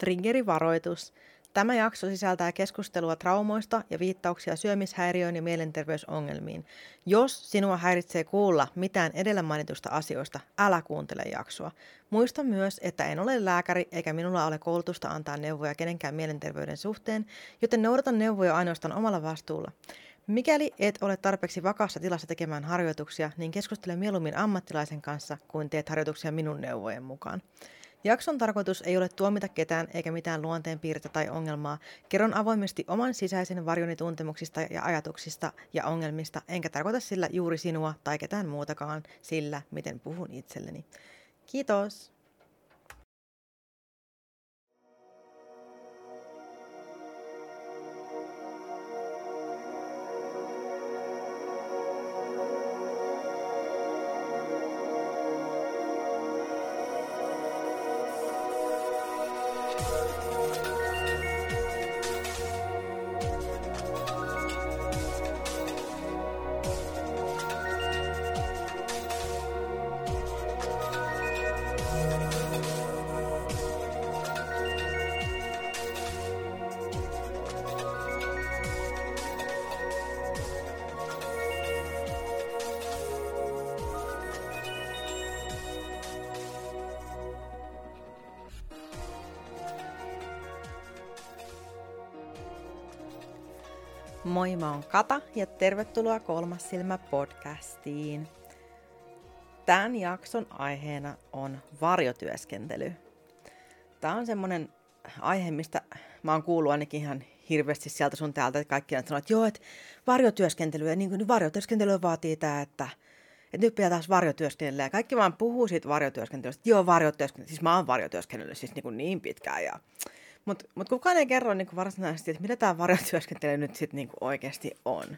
Triggerivaroitus. Tämä jakso sisältää keskustelua traumoista ja viittauksia syömishäiriöön ja mielenterveysongelmiin. Jos sinua häiritsee kuulla mitään edellä mainitusta asioista, älä kuuntele jaksoa. Muista myös, että en ole lääkäri eikä minulla ole koulutusta antaa neuvoja kenenkään mielenterveyden suhteen, joten noudata neuvoja ainoastaan omalla vastuulla. Mikäli et ole tarpeeksi vakaassa tilassa tekemään harjoituksia, niin keskustele mieluummin ammattilaisen kanssa, kuin teet harjoituksia minun neuvojen mukaan. Jakson tarkoitus ei ole tuomita ketään eikä mitään luonteenpiirrettä tai ongelmaa. Kerron avoimesti oman sisäisen varjoni tuntemuksista ja ajatuksista ja ongelmista, enkä tarkoita sillä juuri sinua tai ketään muutakaan sillä, miten puhun itselleni. Kiitos! Moi, mä oon Kata ja tervetuloa Kolmas silmä podcastiin. Tämän jakson aiheena on varjotyöskentely. Tää on semmonen aihe, mistä mä oon kuullut ainakin ihan hirveästi sieltä sun täältä, että kaikki sanoo, että joo, että varjotyöskentely vaatii tää, että nyt pitää taas varjotyöskennellä. Ja kaikki vaan puhuu siitä varjotyöskentelystä. Joo, varjotyöskentely. Siis mä oon varjotyöskennellyt siis niin pitkään ja Mutta kukaan ei kerro niin varsinaisesti, että mitä tämä varjotyöskentely nyt sitten niin oikeasti on.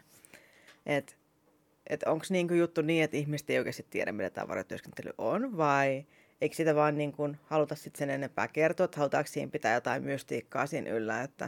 Onko niin juttu niin, että ihmiset ei oikeasti tiedä, mitä tämä varjotyöskentely on, vai eikö sitä vaan niin haluta sitten sen enempää kertoa, että halutaanko siinä pitää jotain mystiikkaa siinä yllä, että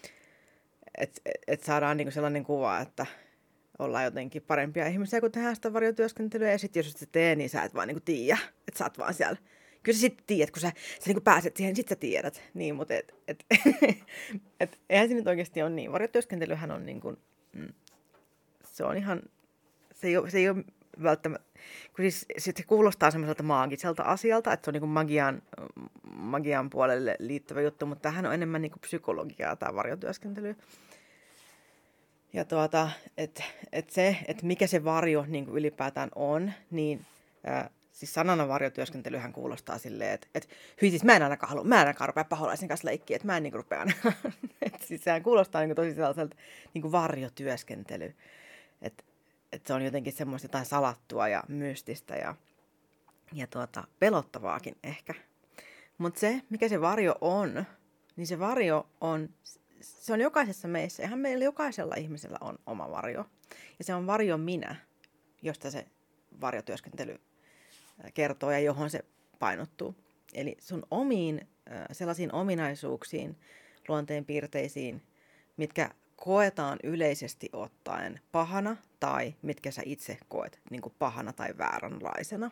saadaan niin sellainen kuva, että ollaan jotenkin parempia ihmisiä, kun tehdään sitä varjotyöskentelyä, ja sitten jos et tee, niin sä et vaan niin tiedä, että sä oot vaan siellä. Kyllä sä sitten tiedät, kun sä niin pääset siihen, niin sit sä tiedät. Niin, mutta eihän se nyt oikeasti ole niin. Varjotyöskentelyhän on niin kuin, se on ihan, se ei ole välttämättä, kun siis se kuulostaa semmoiselta maagiselta asialta, että se on niin kuin magian puolelle liittyvä juttu, mutta tämähän on enemmän niin kuin psykologiaa, tämä varjotyöskentely. Ja että mikä se varjo niin kuin ylipäätään on, niin siis sanana varjotyöskentelyhän kuulostaa silleen, että siis mä en ainakaan rupea paholaisen kanssa leikkiä, että mä en niin rupea aina. Siis sehän kuulostaa niin tosi sellaiselta niin varjotyöskentely. Että se on jotenkin semmoista jotain salattua ja mystistä ja pelottavaakin ehkä. Mutta se, mikä se varjo on, niin se varjo on, se on jokaisessa meissä. Eihän meillä jokaisella ihmisellä on oma varjo. Ja se on varjo minä, josta se varjotyöskentely kertoo ja johon se painottuu. Eli sun omiin sellaisiin ominaisuuksiin, luonteenpiirteisiin, mitkä koetaan yleisesti ottaen pahana tai mitkä sä itse koet niin kuin pahana tai vääränlaisena.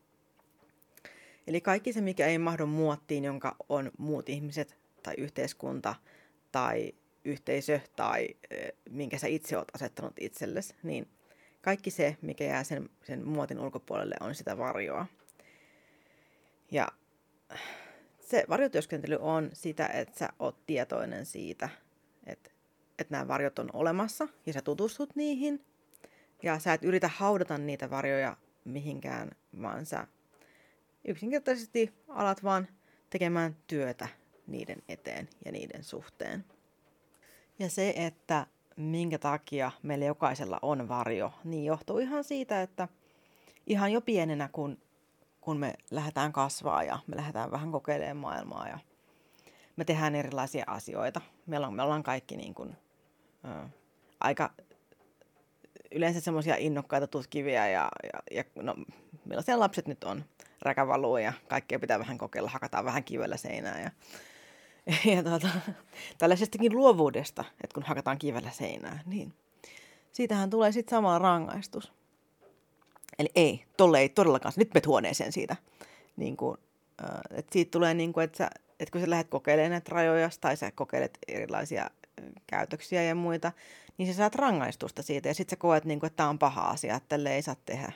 Eli kaikki se, mikä ei mahdu muottiin, jonka on muut ihmiset tai yhteiskunta tai yhteisö tai minkä sä itse oot asettanut itsellesi, niin kaikki se, mikä jää sen muotin ulkopuolelle, on sitä varjoa. Ja se varjotyöskentely on sitä, että sä oot tietoinen siitä, että nämä varjot on olemassa ja sä tutustut niihin. Ja sä et yritä haudata niitä varjoja mihinkään, vaan sä yksinkertaisesti alat vaan tekemään työtä niiden eteen ja niiden suhteen. Ja se, että minkä takia meillä jokaisella on varjo, niin johtuu ihan siitä, että ihan jo pienenä, kun me lähdetään kasvaa ja me lähdetään vähän kokeilemaan maailmaa ja me tehdään erilaisia asioita. Me ollaan kaikki niin kuin, aika yleensä semmoisia innokkaita tutkivia ja no, millaisia lapset nyt on, räkävalua ja kaikkea pitää vähän kokeilla, hakataan vähän kivellä seinään ja tällaisestakin luovuudesta, että kun hakataan kivellä seinään, niin siitähän tulee sitten samalla rangaistus. Eli tolle ei todellakaan, nyt met huoneeseen siitä. Niin kuin, että siitä tulee niin kuin, että että kun sä lähdet kokeilemaan näitä rajoja tai sä kokeilet erilaisia käytöksiä ja muita, niin sä saat rangaistusta siitä ja sit sä koet, niin kuin, että tää on paha asia, että tälle ei saa tehdä.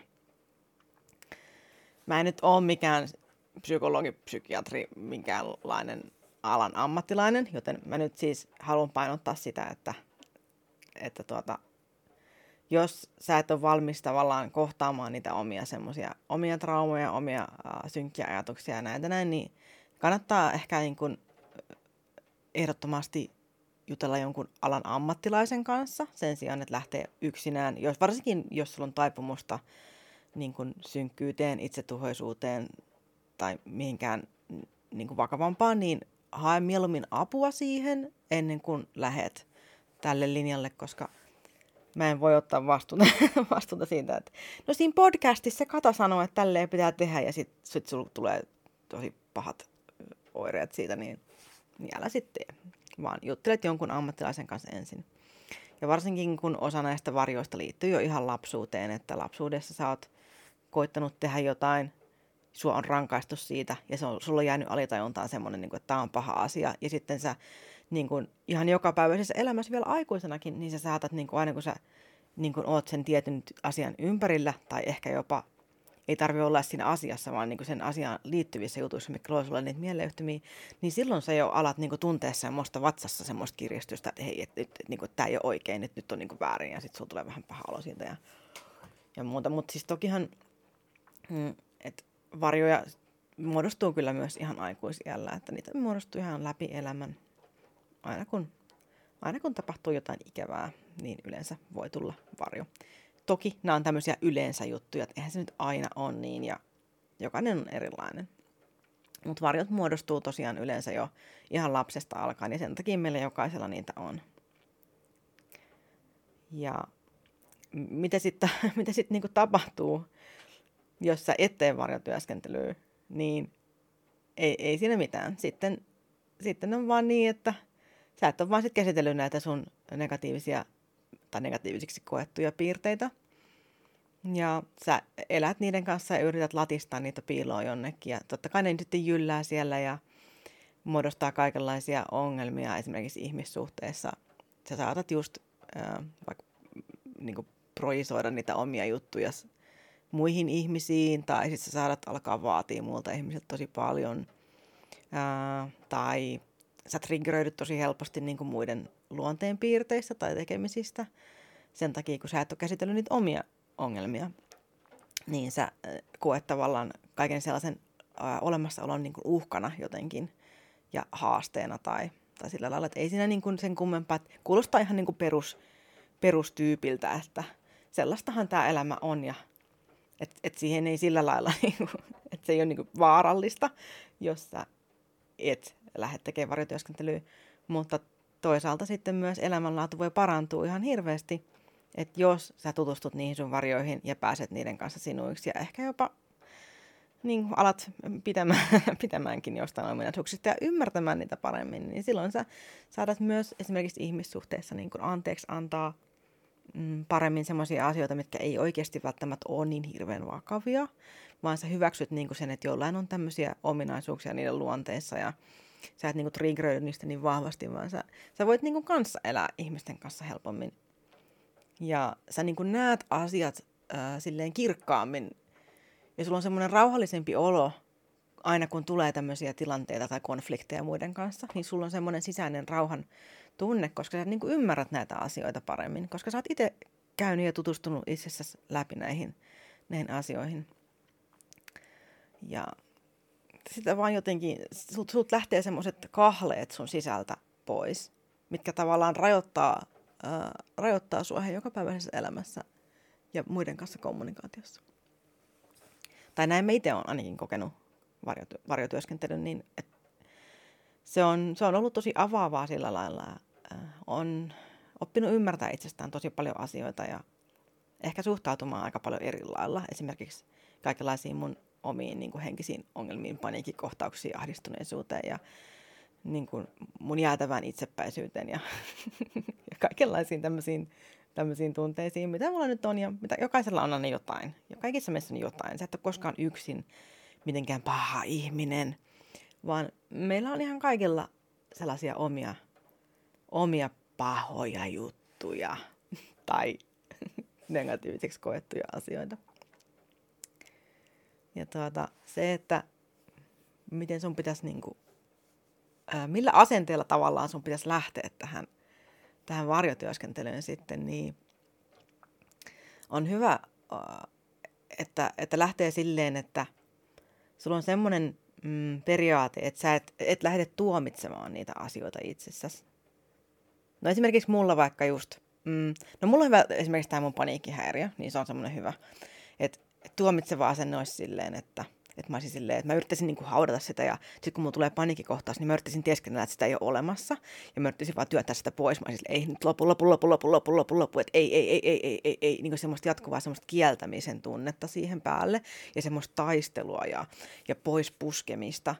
Mä en nyt ole mikään psykologi, psykiatri, minkäänlainen alan ammattilainen, joten mä nyt siis haluan painottaa sitä, että jos sä et ole valmis tavallaan kohtaamaan niitä omia traumoja, omia synkkiä ajatuksia ja näin, niin kannattaa ehkä niin kuin ehdottomasti jutella jonkun alan ammattilaisen kanssa sen sijaan, että lähtee yksinään, varsinkin jos sulla on taipumusta niin kuin synkkyyteen, itsetuhoisuuteen tai mihinkään niin kuin vakavampaan, niin hae mieluummin apua siihen ennen kuin lähet tälle linjalle, koska mä en voi ottaa vastuuta siitä, että no siinä podcastissa Kata sanoo, että tälleen pitää tehdä ja sit sulla tulee tosi pahat oireet siitä, niin älä sitten tee, vaan juttelet jonkun ammattilaisen kanssa ensin. Ja varsinkin kun osa näistä varjoista liittyy jo ihan lapsuuteen, että lapsuudessa sä oot koittanut tehdä jotain, sua on rankaistu siitä ja sulla on jäänyt alitajuntaan semmoinen, että tämä on paha asia. Ja sitten sä niin kuin, ihan jokapäiväisessä elämässä vielä aikuisenakin, niin sä saatat niin kuin, aina kun sä niin kuin, oot sen tietyn asian ympärillä tai ehkä jopa ei tarvitse olla siinä asiassa, vaan niin kuin sen asiaan liittyvissä jutuissa, mitkä luo sulle niitä mieleyhtymiä, niin silloin sä jo alat niin kuin, tuntea semmoista vatsassa semmoista kirjastusta, että hei, niin tämä ei ole oikein, että nyt on niin kuin, väärin ja sitten sulla tulee vähän paha olo siitä ja muuta. Mutta siis tokihan, että varjoja muodostuu kyllä myös ihan aikuisiällä, että niitä muodostuu ihan läpi elämän. Aina kun tapahtuu jotain ikävää, niin yleensä voi tulla varjo. Toki nämä on tämmöisiä yleensä juttuja, että eihän se nyt aina ole niin ja jokainen on erilainen. Mutta varjot muodostuu tosiaan yleensä jo ihan lapsesta alkaen ja sen takia meillä jokaisella niitä on. Ja mitä sitten niinku tapahtuu, jos sä et tee varjotyöskentelyä, niin ei siinä mitään. Sitten on vaan niin, että sä et ole vaan sit käsitellyt näitä sun negatiivisia tai negatiivisiksi koettuja piirteitä. Ja sä elät niiden kanssa ja yrität latistaa niitä piiloon jonnekin. Ja totta kai ne sitten jyllää siellä ja muodostaa kaikenlaisia ongelmia esimerkiksi ihmissuhteessa. Sä saatat just vaikka niin projisoida niitä omia juttuja muihin ihmisiin, tai sitten sä saatat alkaa vaatia muilta ihmisiltä tosi paljon. Tai sä triggeröidyt tosi helposti niin kuin muiden luonteenpiirteistä tai tekemisistä. Sen takia, kun sä et ole käsitellyt niitä omia ongelmia, niin sä koet tavallaan kaiken sellaisen olemassaolon niin kuin uhkana jotenkin ja haasteena tai sillä lailla, että ei siinä niin kuin sen kummempaa, että kuulostaa ihan niin kuin perustyypiltä, että sellaistahan tämä elämä on ja että siihen ei sillä lailla, että se ei ole niin kuin vaarallista, jos sä et lähde tekemään varjotyöskentelyä, mutta toisaalta sitten myös elämänlaatu voi parantua ihan hirveästi, että jos sä tutustut niihin sun varjoihin ja pääset niiden kanssa sinuiksi ja ehkä jopa niin alat pitämäänkin jostain ominaisuuksista ja ymmärtämään niitä paremmin, niin silloin sä saatat myös esimerkiksi ihmissuhteessa niin kuin anteeksi antaa paremmin semmoisia asioita, mitkä ei oikeasti välttämättä ole niin hirveän vakavia, vaan sä hyväksyt niin kuin sen, että jollain on tämmöisiä ominaisuuksia niiden luonteessa ja sä et niin kuin triggeröidy niistä niin vahvasti, vaan sä voit niin kuin kanssa elää ihmisten kanssa helpommin. Ja sä niin kuin näet asiat silleen kirkkaammin ja sulla on semmoinen rauhallisempi olo aina kun tulee tämmöisiä tilanteita tai konflikteja muiden kanssa, niin sulla on semmoinen sisäinen rauhan tunne, koska sä niin kuin ymmärrät näitä asioita paremmin, koska sä oot itse käynyt ja tutustunut itsessäsi läpi näihin asioihin. Ja sitä vaan jotenkin, sut lähtee semmoiset kahleet sun sisältä pois, mitkä tavallaan rajoittaa sua jokapäiväisessä elämässä ja muiden kanssa kommunikaatiossa. Tai näin mä itse olen ainakin kokenut varjotyöskentelyn, niin että se on ollut tosi avaavaa sillä lailla. On oppinut ymmärtää itsestään tosi paljon asioita ja ehkä suhtautumaan aika paljon eri lailla. Esimerkiksi kaikenlaisiin mun omiin niin kuin henkisiin ongelmiin, paniikkikohtauksiin, ahdistuneisuuteen ja niin kuin mun jäätävään itsepäisyyteen ja kaikenlaisiin tämmöisiin tunteisiin, mitä mulla nyt on ja mitä jokaisella on aina jotain. Ja kaikissa meissä on jotain. Sä et ole koskaan yksin mitenkään paha ihminen, vaan meillä on ihan kaikilla sellaisia omia pahoja juttuja tai negatiiviseksi koettuja asioita. Ja se, että miten sun pitäisi millä asenteella tavallaan sun pitäisi lähteä tähän varjotyöskentelyyn sitten, niin on hyvä, että lähtee silleen, että sulla on semmoinen periaate, että sä et lähde tuomitsemaan niitä asioita itsessäsi. No esimerkiksi mulla vaikka just, mulla on hyvä esimerkiksi tämä mun paniikkihäiriö, niin se on semmoinen hyvä, että tuomitseva asenne olisi silleen, että mä olisin silleen, että mä yrittäisin haudata sitä ja sitten kun mulla tulee paniikkikohtaus, niin mä yrittäisin teeskennellä, että sitä ei ole olemassa ja mä yrittäisin vaan työntää sitä pois. Mä olisin silleen, ei nyt lopu, että ei, niin kuin semmoista jatkuvaa semmoista kieltämisen tunnetta siihen päälle ja semmoista taistelua ja pois puskemista.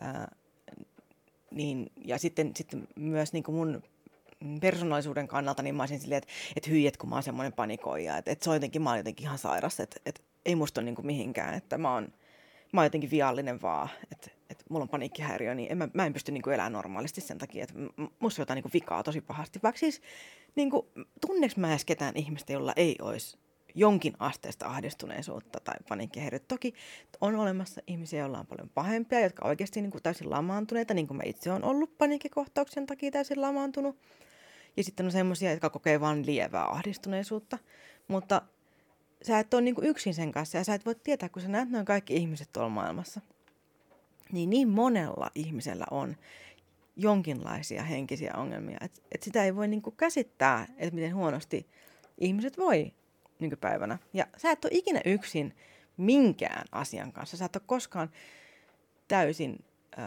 Ja sitten myös niin kuin mun persoonallisuuden kannalta, niin mä olisin silleen, että hyi, kun mä oon semmoinen panikoija, että se on jotenkin, mä oon jotenkin ihan sairas, että ei musta ole niin kuin mihinkään, että mä oon jotenkin viallinen vaan, että mulla on paniikkihäiriö, niin mä en pysty elämään normaalisti sen takia, että musta on jotain vikaa tosi pahasti. Vaikka siis tunneeks mä edes ketään ihmistä, jolla ei olisi jonkin asteesta ahdistuneisuutta tai paniikkihäiriötä. Toki on olemassa ihmisiä, joilla on paljon pahempia, jotka oikeasti täysin lamaantuneita, niin kuin mä itse olen ollut paniikkikohtauksen takia täysin lamaantunut. Ja sitten on semmoisia, jotka kokee vain lievää ahdistuneisuutta, mutta sä et ole yksin sen kanssa ja sä et voi tietää, kun sä näet noin kaikki ihmiset tuolla maailmassa. Niin monella ihmisellä on jonkinlaisia henkisiä ongelmia, että sitä ei voi käsittää, että miten huonosti ihmiset voi nykypäivänä. Ja sä et ole ikinä yksin minkään asian kanssa. Sä et ole koskaan täysin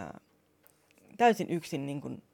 yksin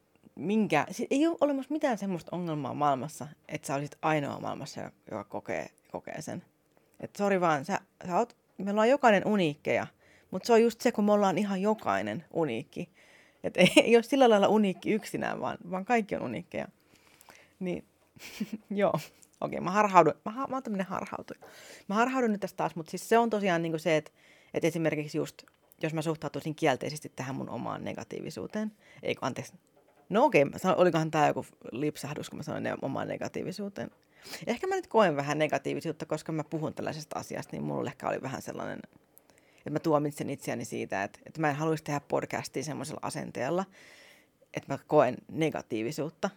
ei ole olemassa mitään semmoista ongelmaa maailmassa, että sä olisit ainoa maailmassa, joka kokee sen. Että sori vaan, me ollaan jokainen uniikkeja, mutta se on just se, kun me ollaan ihan jokainen uniikki. Että ei ole sillä lailla uniikki yksinään, vaan kaikki on uniikkeja. Niin, joo. Okei, mä oon tämmönen harhautuja. Mä harhaudun nyt tästä taas, mutta siis se on tosiaan se, että esimerkiksi just, jos mä suhtautuisin kielteisesti tähän mun omaan negatiivisuuteen. Anteeksi. No okei, olikohan tää joku lipsahdus, kun mä sanoin omaan negatiivisuuteen. Ehkä mä nyt koen vähän negatiivisuutta, koska mä puhun tällaisesta asiasta, niin mulla ehkä oli vähän sellainen, että mä tuomitsen itseäni siitä, että mä en haluaisi tehdä podcastia semmoisella asenteella, että mä koen negatiivisuutta.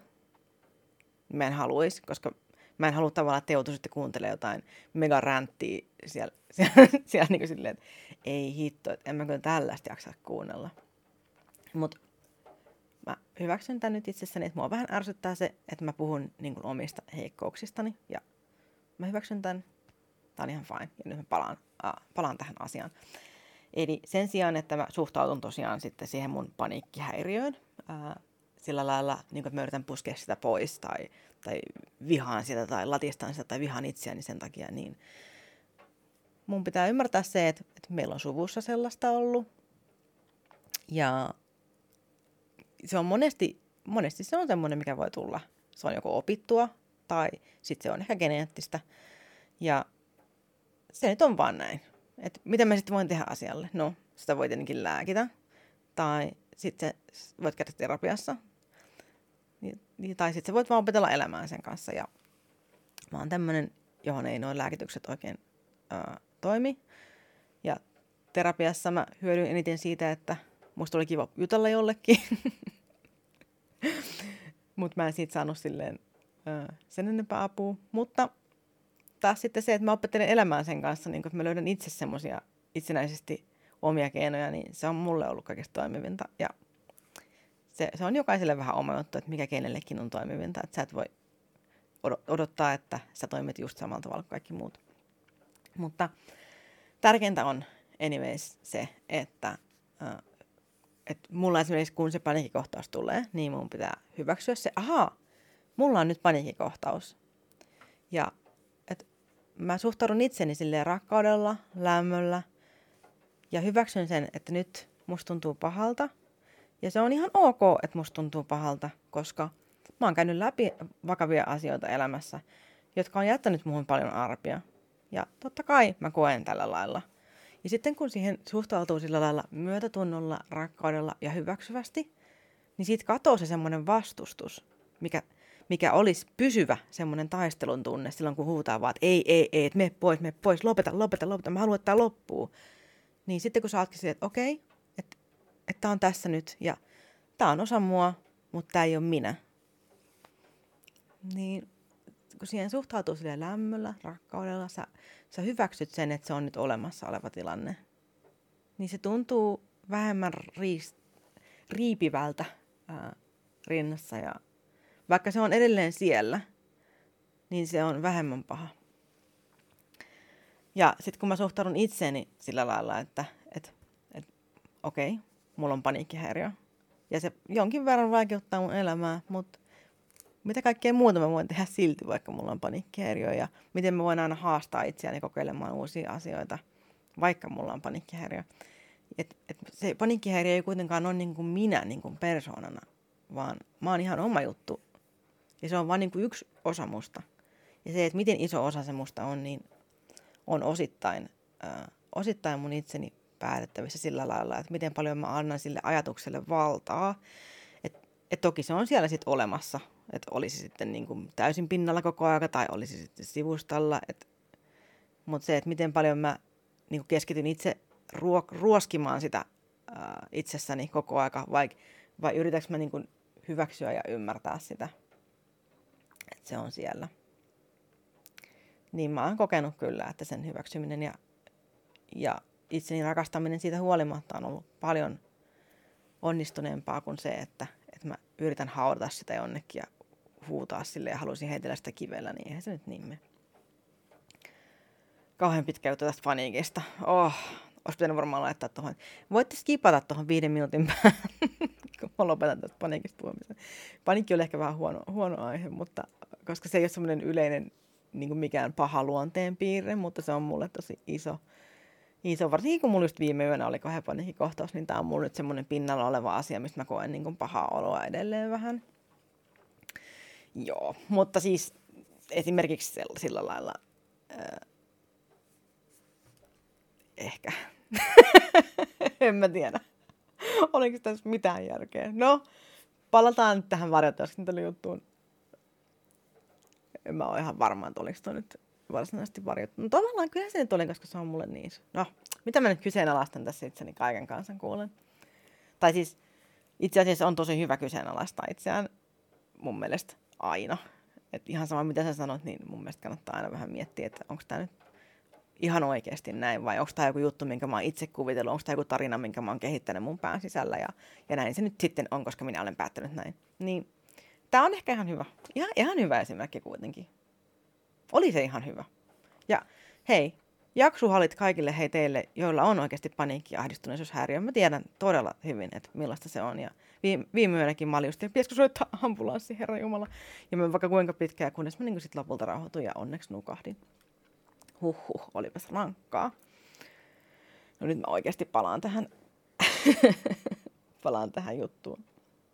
Mä en haluaisi, koska mä en halua tavallaan, että joutuisitte kuuntelemaan jotain mega ränttiä siellä niin kuin silleen, että ei hitto, että en mä kyllä tällaista jaksaa kuunnella. Mutta mä hyväksyn tän nyt itsessäni, että mua vähän ärsyttää se, että mä puhun omista heikkouksistani. Ja mä hyväksyn tän. Tää on ihan fine. Ja nyt mä palaan tähän asiaan. Eli sen sijaan, että mä suhtautun tosiaan sitten siihen mun paniikkihäiriöön, sillä lailla, että mä yritän puskea sitä pois tai vihaan sitä tai latistan sitä tai vihaan itseäni sen takia, niin mun pitää ymmärtää se, että meillä on suvussa sellaista ollut. Ja se on monesti se on semmoinen, mikä voi tulla. Se on joko opittua tai sitten se on ehkä geneettistä. Ja se nyt on vaan näin. Että mitä mä sitten voin tehdä asialle? No, sitä voi tietenkin lääkitä. Tai sitten voit käydä terapiassa. Tai sitten sä voit vaan opetella elämään sen kanssa. Ja mä oon tämmönen, johon ei nuo lääkitykset oikein toimi. Ja terapiassa mä hyödyin eniten siitä, että musta oli kiva jutella jollekin. Mutta mä en siitä saanut silleen sen enempää apua. Mutta taas sitten se, että mä opettelen elämään sen kanssa, niin kun mä löydän itse semmosia itsenäisesti omia keinoja, niin se on mulle ollut kaikista toimivinta. Ja se on jokaiselle vähän oma juttu, että mikä kenellekin on toimivinta. Että sä et voi odottaa, että sä toimit just samalla tavalla kuin kaikki muut. Mutta tärkeintä on anyways se, että mulla esimerkiksi kun se paniikkikohtaus tulee, niin mun pitää hyväksyä se, mulla on nyt paniikkikohtaus. Ja että mä suhtaudun itseni silleen rakkaudella, lämmöllä ja hyväksyn sen, että nyt musta tuntuu pahalta. Ja se on ihan ok, että musta tuntuu pahalta, koska mä oon käynyt läpi vakavia asioita elämässä, jotka on jättänyt muhun paljon arpia. Ja totta kai mä koen tällä lailla. Ja sitten kun siihen suhtautuu sillä lailla myötätunnolla, rakkaudella ja hyväksyvästi, niin siitä katoaa se semmoinen vastustus, mikä olisi pysyvä semmoinen taistelun tunne silloin, kun huutaa vaan, että ei, että mene pois, lopeta, mä haluan, että tämä loppuu. Niin sitten kun sä ootkin silleen, että okei, että tää on tässä nyt ja tää on osa mua, mutta tää ei ole minä. Niin kun siihen suhtautuu silleen lämmöllä, rakkaudella, sä hyväksyt sen, että se on nyt olemassa oleva tilanne. Niin se tuntuu vähemmän riipivältä rinnassa ja vaikka se on edelleen siellä, niin se on vähemmän paha. Ja sitten kun mä suhtaudun itseeni sillä lailla, että okei, mulla on paniikkihäiriö. Ja se jonkin verran vaikeuttaa mun elämää, mutta mitä kaikkea muuta mä voin tehdä silti, vaikka mulla on paniikkihäiriö. Ja miten mä voin aina haastaa itseäni kokeilemaan uusia asioita, vaikka mulla on paniikkihäiriö. Se paniikkihäiriö ei kuitenkaan ole niin kuin minä niin kuin persoonana, vaan mä oon ihan oma juttu. Ja se on vain niin kuin yksi osa musta. Ja se, että miten iso osa se musta on, niin on osittain mun itseni päätettävissä sillä lailla, että miten paljon mä annan sille ajatukselle valtaa. Et toki se on siellä sitten olemassa, että olisi sitten niin kuin täysin pinnalla koko ajan tai olisi sitten sivustalla. Mutta se, että miten paljon mä niin kuin keskityn itse ruoskimaan sitä itsessäni koko aika, vai yritänkö mä niin kuin hyväksyä ja ymmärtää sitä, että se on siellä. Niin mä oon kokenut kyllä, että sen hyväksyminen ja itseni rakastaminen siitä huolimatta on ollut paljon onnistuneempaa kuin se, että mä yritän haudata sitä jonnekin ja huutaa sille ja haluaisin heitellä sitä kivellä, niin eihän se nyt niin mene. Kauhean pitkä juttu tästä paniikista. Olisi pitänyt varmaan laittaa tuohon. Voitte skipata tuohon 5 minuutin päähän, kun mä lopetan tästä paniikista puhumisen. Paniikki oli ehkä vähän huono aihe, mutta koska se ei ole semmoinen yleinen niin kuin mikään paha luonteen piirre, mutta se on mulle tosi iso. Varsinkin kun mulla just viime yönä oli 2 paniikkikohtaus, niin tää on mulle nyt semmoinen pinnalla oleva asia, mistä mä koen niin kuin pahaa oloa edelleen vähän. Joo, mutta siis esimerkiksi sillä lailla ehkä. En mä tiedä. Oliko tässä mitään järkeä? No, palataan nyt tähän varjotyöskentelyjuttuun. En mä ole ihan varma, että oliko toi nyt varsinaisesti varjottu. No tavallaan kyllä se nyt oli, koska se on mulle niin. No, mitä mä nyt kyseenalaistan tässä itseni kaiken kansan kuulen. Tai siis itse asiassa on tosi hyvä kyseenalaistaa itseään mun mielestä aina. Et ihan sama mitä sä sanot, niin mun mielestä kannattaa aina vähän miettiä, että onko tää nyt ihan oikeasti näin vai onko tää joku juttu, minkä mä oon itse kuvitellut, onko tää joku tarina, minkä mä oon kehittänyt mun pään sisällä ja näin se nyt sitten on, koska minä olen päättänyt näin. Niin tää on ehkä ihan hyvä. Ihan hyvä esimerkki kuitenkin. Oli se ihan hyvä. Ja hei, jaksuhallit kaikille teille, joilla on oikeasti paniikki- ja ahdistuneisuushäiriö. Mä tiedän todella hyvin, että millaista se on. Ja viime yönäkin mä olin just, että pitäisikö soittaa ambulanssi, herra jumala. Ja mä vaikka kuinka pitkään, kunnes mä niin sit lopulta rauhoituin ja onneksi nukahdin. Olipas rankkaa. No nyt mä oikeasti palaan tähän juttuun.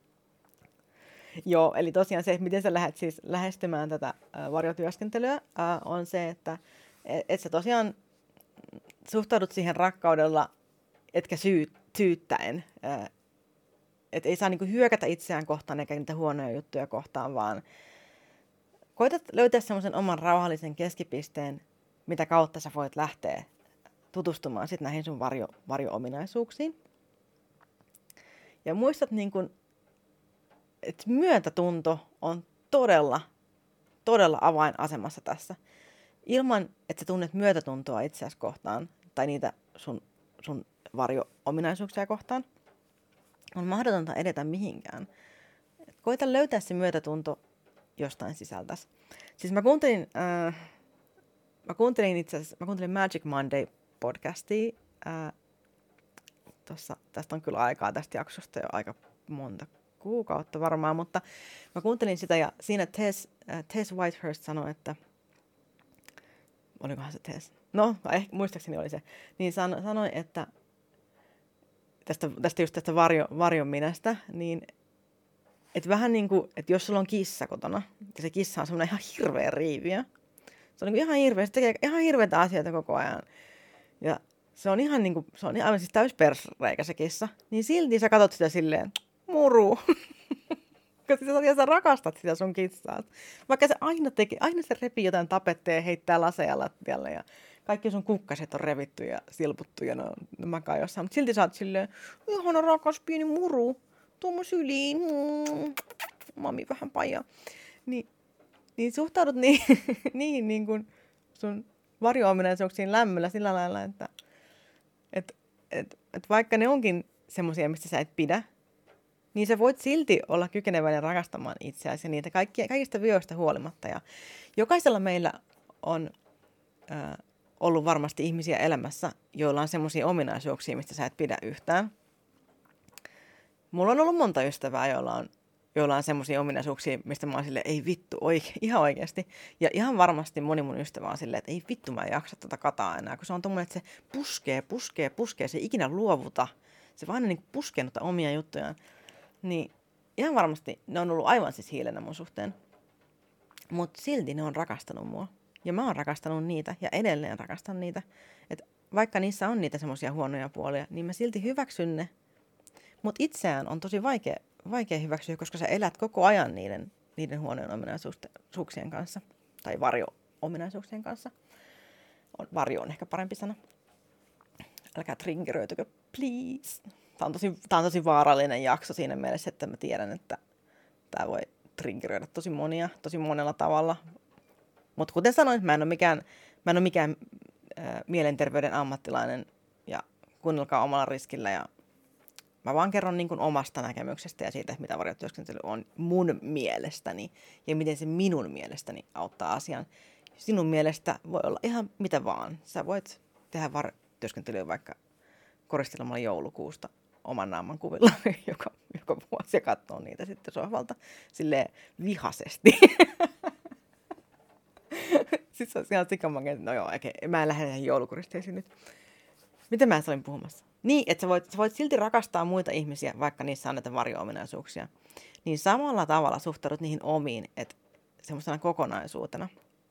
Joo, eli tosiaan se, miten sä lähdet siis lähestymään tätä varjotyöskentelyä, on se, että et sä tosiaan suhtaudut siihen rakkaudella, etkä syyttäen. Että ei saa niinku hyökätä itseään kohtaan eikä niitä huonoja juttuja kohtaan, vaan koitat löytää semmoisen oman rauhallisen keskipisteen, mitä kautta sä voit lähteä tutustumaan sit näihin sun varjo-ominaisuuksiin. Ja muistat, että myötätunto on todella avainasemassa tässä. Ilman, että sä tunnet myötätuntoa itseäsi kohtaan tai niitä sun varjo-ominaisuuksia kohtaan, on mahdotonta edetä mihinkään. Koita löytää se myötätunto jostain sisältäsi. Siis mä kuuntelin Magic Monday podcastia. Tästä on kyllä aikaa tästä jaksosta jo aika monta kuukautta varmaan, mutta mä kuuntelin sitä ja siinä Tess Whitehurst sanoi, että olikohan se Tess? No, muistaakseni oli se. Niin sanoi, että tästä varjon minästä, niin että vähän niin kuin, että jos sulla on kissa kotona, ja se kissa on semmoinen ihan hirveä riiviö, se on niin ihan hirveä, se tekee ihan hirveitä asioita koko ajan, ja se on ihan niinku, se on aivan siis täys persreikä se kissa, niin silti sä katot sitä silleen, muru. Koska sä rakastat sitä sun kissaa. Vaikka se aina se repii jotain tapetteja ja heittää laseja lattialle ja kaikki sun kukkaset on revitty ja silputtu ja ne makaa jossain. Mutta silti sä oot silleen, ihana rakas pieni muru, tuu mun syliin, mami vähän paja. Niin suhtaudut niin kuin sun varjo-ominaisuuksiin lämmöllä sillä lailla, että vaikka ne onkin semmoisia, mistä sä et pidä, niin sä voit silti olla kykeneväinen rakastamaan itseäsi ja niitä kaikista vioista huolimatta. Ja jokaisella meillä on ollut varmasti ihmisiä elämässä, joilla on semmoisia ominaisuuksia, mistä sä et pidä yhtään. Mulla on ollut monta ystävää, joilla on semmoisia ominaisuuksia, mistä mä oon silleen, ei vittu, ihan oikeasti. Ja ihan varmasti moni mun ystävä on silleen, että ei vittu, mä en jaksa tätä kataa enää, kun se on tommoinen, että se puskee, se ei ikinä luovuta. Se vaan niin puskee noita omia juttujaan. Niin ihan varmasti ne on ollut aivan siis hiilenä mun suhteen. Mutta silti ne on rakastanut mua. Ja mä oon rakastanut niitä ja edelleen rakastan niitä. Et vaikka niissä on niitä semmoisia huonoja puolia, niin mä silti hyväksyn ne. Mutta itseään on tosi vaikea hyväksyä, koska sä elät koko ajan niiden huonojen ominaisuuksien kanssa. Tai varjo-ominaisuuksien kanssa. Varjo on ehkä parempi sana. Älkää triggeröitykö, please. Tämä on tosi vaarallinen jakso siinä mielessä, että mä tiedän, että tämä voi triggeröidä tosi monella tavalla. Mutta kuten sanoin, mä en ole mikään mielenterveyden ammattilainen ja kuunnelkaa omalla riskillä. Ja mä vaan kerron niin kuin omasta näkemyksestä ja siitä, mitä varjotyöskentely on mun mielestäni ja miten se minun mielestäni auttaa asian. Sinun mielestä voi olla ihan mitä vaan. Sä voit tehdä varjotyöskentelyä vaikka koristelemalla joulukuusta oman naaman kuvilla joka vuosi ja katsoo niitä sitten sohvalta silleen vihaisesti. Siis se on ihan sikamakea, no joo, mä en lähde näihin joulukoristeisiin nyt. Mitä mä olin puhumassa? Niin, että sä voit silti rakastaa muita ihmisiä, vaikka niissä on näitä varjo-ominaisuuksia. Niin samalla tavalla suhtaudut niihin omiin, että semmoisena kokonaisuutena.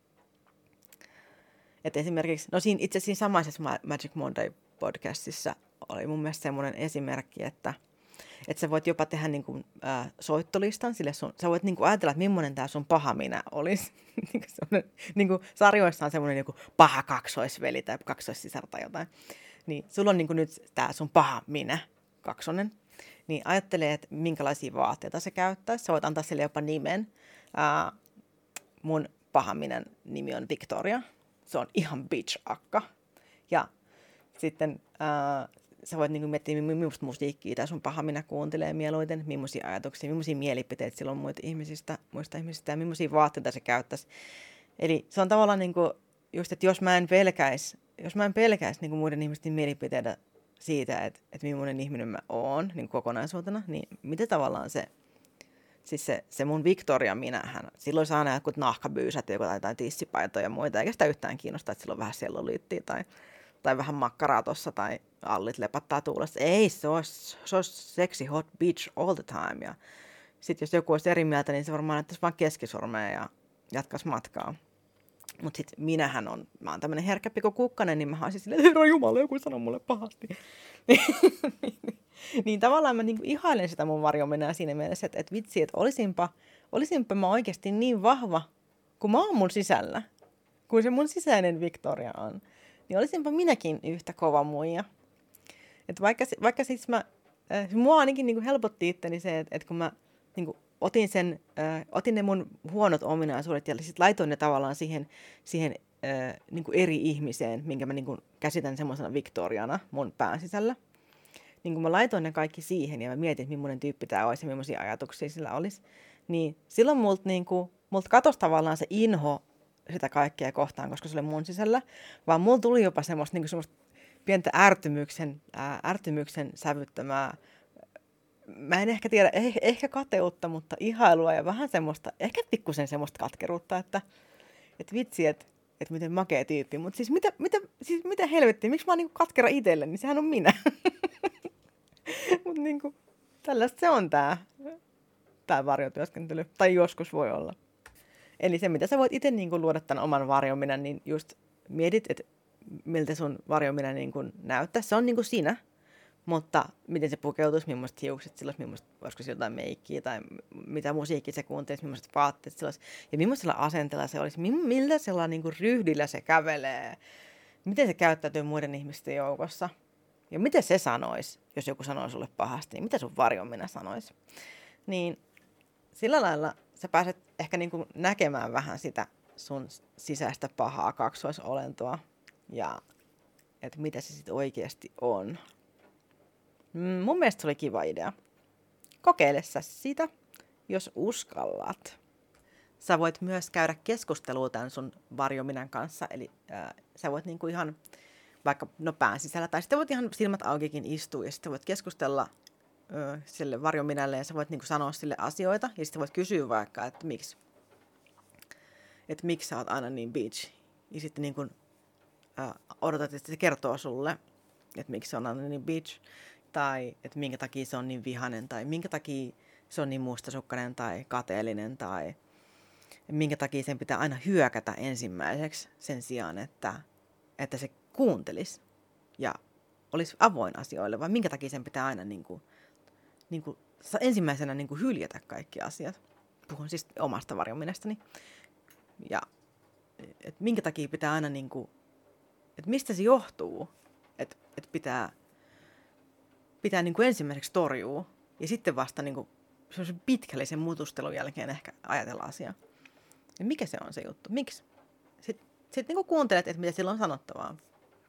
Että esimerkiksi, no itse siinä samaisessa Magic Monday podcastissa oli mun mielestä semmoinen esimerkki, että sä voit jopa tehdä niin kuin, soittolistan sille sä voit niin kuin ajatella, että millainen tää sun paha minä olisi. niin kuin sarjoissa on semmoinen joku paha kaksoisveli tai kaksoissisar tai jotain. Niin sulla on niin kuin nyt tää sun paha minä, kaksonen. Niin ajattelee, että minkälaisia vaatteita se käyttäisi. Sä voit antaa sille jopa nimen. Mun paha minän nimi on Victoria. Se on ihan bitch-akka. Ja sitten sä voit niinku miettiä, millaista musiikkia tai sun paha minä kuuntelee mieluiten, millaisia ajatuksia, millaisia mielipiteitä sillä on muista ihmisistä ja millaisia vaatteita se käyttäisi. Eli se on tavallaan niinku just, että jos mä en pelkäisi niinku muiden ihmisten mielipiteitä siitä, että millainen ihminen mä oon niin kokonaisuutena, niin mitä tavallaan se mun Victoria minähän, silloin saa nähdä jotkut nahkabyysät tai tissipaitoja ja muita, eikä sitä yhtään kiinnostaa, että sillä on vähän sellulyyttiä tai vähän makkaraa tossa tai allit lepattaa tuulessa. Ei, se olisi sexy hot bitch all the time. Ja sitten jos joku olisi eri mieltä, niin se varmaan näyttäisi vaan keskisormea ja jatkaisi matkaa. Mutta sitten mä oon tämmönen herkkä pikku kukkanen, niin mä olisin silleen, herra jumala, joku sanoo mulle pahasti. Niin tavallaan mä niinku ihailen sitä mun varjominää siinä mielessä, että vitsi, että olisinpa mä oikeasti niin vahva, kun mä oon mun sisällä, kuin se mun sisäinen Victoria on. Niin olisinpa minäkin yhtä kova muija. Että vaikka siis mua ainakin niinku helpotti itteni se, että kun mä niinku otin ne mun huonot ominaisuudet ja sit laitoin ne tavallaan siihen niinku eri ihmiseen, minkä mä niinku käsitän semmoisena Victoriana mun pään sisällä. Niin kun mä laitoin ne kaikki siihen ja mä mietin, että millainen tyyppi tää olisi ja millaisia ajatuksia sillä olisi, niin silloin multa katosi tavallaan se inho sitä kaikkea kohtaan, koska se oli mun sisällä, vaan mulla tuli jopa semmoista pientä ärtymyksen sävyttämää, mä en ehkä tiedä, ehkä kateutta, mutta ihailua ja vähän semmoista, ehkä pikkusen semmoista katkeruutta, että vitsi, että miten makea tyyppi, mutta siis mitä helvettiä, miksi mä oon niinku katkera itselle, niin sehän on minä. Mutta niinku, tällaista se on tää varjotyöskentely, tai joskus voi olla. Eli se, mitä sä voit itse niinku luoda tämän oman varjominän, niin just mietit, että miltä sun varjominä niin kuin näyttää. Se on niin kuin sinä, mutta miten se pukeutuisi, millaiset hiukset sillä olisi, olisiko sillä jotain meikkiä tai mitä musiikkia se kuuntelisi, millaiset vaatteet sillä olisi ja millaisella asenteella se olisi, miltä sellainen niin kuin ryhdillä se kävelee, miten se käyttäytyy muiden ihmisten joukossa ja miten se sanoisi, jos joku sanoo sulle pahasti, niin mitä sun varjominä sanoisi. Niin sillä lailla sä pääset ehkä niin kuin näkemään vähän sitä sun sisäistä pahaa kaksoisolentoa ja että mitä se sitten oikeasti on. Mun mielestä se oli kiva idea. Kokeile sä sitä, jos uskallat. Sä voit myös käydä keskustelua tämän sun varjominän kanssa, eli sä voit niinku ihan vaikka pään sisällä, tai sitten voit ihan silmät aukikin istua, ja sitten voit keskustella sille varjominälle, ja sä voit niinku sanoa sille asioita, ja sitten voit kysyä vaikka, että miksi sä oot aina niin bitch, ja sitten niinku, odotat, että se kertoo sulle, että miksi se on aina niin bitch, tai että minkä takia se on niin vihainen, tai minkä takia se on niin mustasukkainen tai kateellinen, tai minkä takia sen pitää aina hyökätä ensimmäiseksi sen sijaan, että se kuuntelisi ja olisi avoin asioille, vai minkä takia sen pitää aina ensimmäisenä hyljätä kaikki asiat. Puhun siis omasta varjominästäni. Ja että minkä takia pitää aina, että mistä se johtuu, että pitää ensimmäiseksi torjua ja sitten vasta pitkällisen mutustelun jälkeen ehkä ajatella asiaa. Ja mikä se on se juttu? Miksi? Sitten kuuntelet, että mitä sillä on sanottavaa.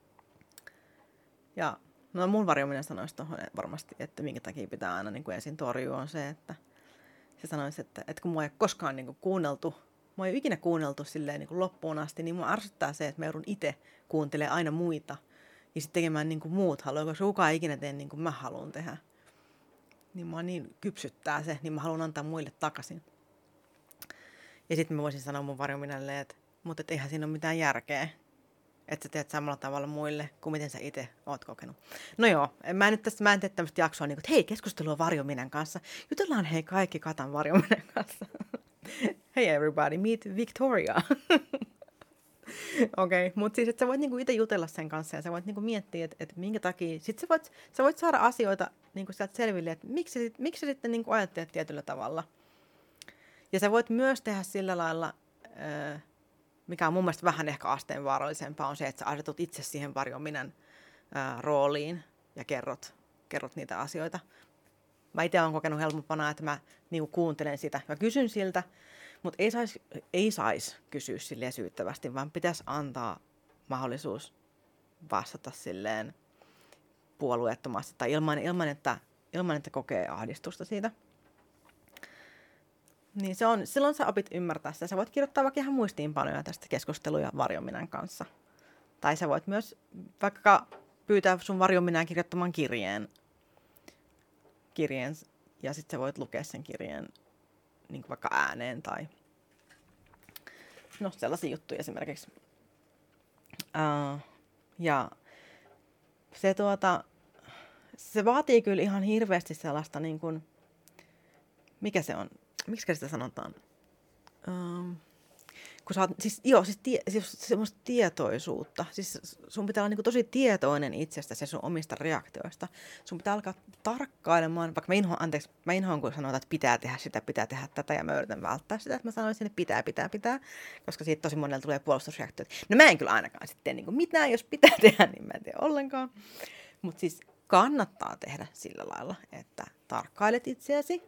Ja mun varjominen sanoisi tuohon varmasti, että minkä takia pitää aina ensin torjua on se, että se sanoisi, että kun mua ei kukaan kuunneltu, mua ei ole ikinä kuunneltu silleen loppuun asti, niin mua arvottaa se, että mä joudun itse kuuntelemaan aina muita ja sitten tekemään muut haluaa, koska kukaan ei ikinä tee niin kuin mä haluan tehdä. Niin mua niin kypsyttää se, niin mä haluan antaa muille takaisin. Ja sitten mä voisin sanoa mun varjominälle, mutta eihän siinä ole mitään järkeä, että sä teet samalla tavalla muille kuin miten sä itse oot kokenut. No joo, mä en tee tämmöistä jaksoa, että hei, keskustelua varjominän kanssa. Jutellaan hei kaikki Katan varjominän kanssa. Hey everybody, meet Victoria. Okei, mutta siis että sä voit itse jutella sen kanssa ja sä voit miettiä, että minkä takia. Sitten sä voit saada asioita sieltä selville, että miksi sä sitten ajattelet tietyllä tavalla. Ja sä voit myös tehdä sillä lailla, mikä on mun mielestä vähän ehkä asteen vaarallisempaa, on se, että sä asetut itse siihen varjominän rooliin ja kerrot niitä asioita. Mä itse olen kokenut helpompana, että mä kuuntelen sitä. Mä kysyn siltä, mutta ei sais kysyä silleen syyttävästi, vaan pitäisi antaa mahdollisuus vastata silleen puolueettomasti tai ilman, että kokee ahdistusta siitä. Niin silloin sä opit ymmärtää sitä. Sä voit kirjoittaa vaikka ihan muistiinpanoja tästä keskusteluja varjominän kanssa. Tai sä voit myös vaikka pyytää sun varjominään kirjoittamaan kirjeen ja sitten sä voit lukea sen kirjeen vaikka ääneen tai sellaisia juttuja esimerkiksi. Ja se vaatii kyllä ihan hirveästi sellaista mikä se on? Miksi sitä sanotaan? Kun sä oot, siis semmoista tietoisuutta. Siis sun pitää olla tosi tietoinen itsestäsi ja sun omista reaktioista. Sun pitää alkaa tarkkailemaan, vaikka mä inhoan, kun sanotaan, että pitää tehdä sitä, pitää tehdä tätä, ja mä yritän välttää sitä, että mä sanoisin, että pitää, koska siitä tosi monella tulee puolustusreaktioita. No mä en kyllä ainakaan sitten tee mitään, jos pitää tehdä, niin mä en tee ollenkaan. Mutta siis kannattaa tehdä sillä lailla, että tarkkailet itseäsi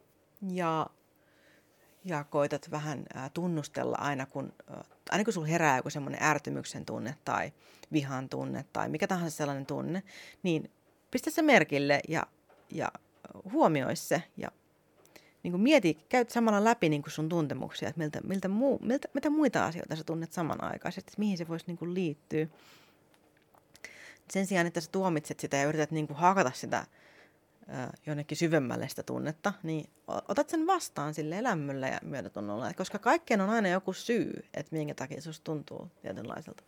ja koitat vähän tunnustella aina kun sulla herää joku semmoinen ärtymyksen tunne tai vihan tunne tai mikä tahansa sellainen tunne, niin pistä se merkille ja huomioi se ja mieti, käyt samalla läpi sun tuntemuksia, että mitä muita asioita sä tunnet samanaikaisesti, mihin se voisi liittyä. Sen sijaan, että sä tuomitset sitä ja yrität hakata sitä jonnekin syvemmälle sitä tunnetta, niin otat sen vastaan silleen lämmöllä ja myötätunnolla, koska kaikkeen on aina joku syy, että minkä takia susta tuntuu tietynlaiselta.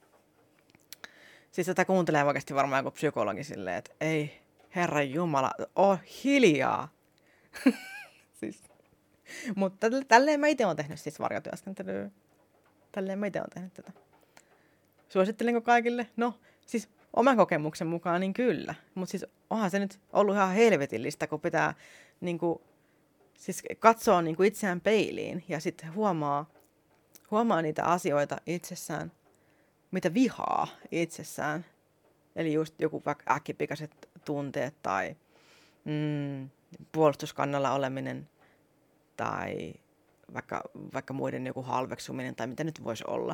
Siis tätä kuuntelee oikeasti varmaan joku psykologi silleen, että ei, Herran Jumala, hiljaa. Siis. Mutta tälleen mä itse olen tehnyt siis varjotyöskentelyä. Tälleen mä itse olen tehnyt tätä. Suosittelenko kaikille? No, siis oman kokemuksen mukaan niin kyllä. Mutta siis onhan se nyt ollut ihan helvetillistä, kun pitää niinku, siis katsoa niinku itseään peiliin ja sitten huomaa niitä asioita itsessään, mitä vihaa itsessään. Eli just joku vaikka äkkipikaiset tunteet tai puolustuskannalla oleminen tai vaikka muiden joku halveksuminen tai mitä nyt voisi olla.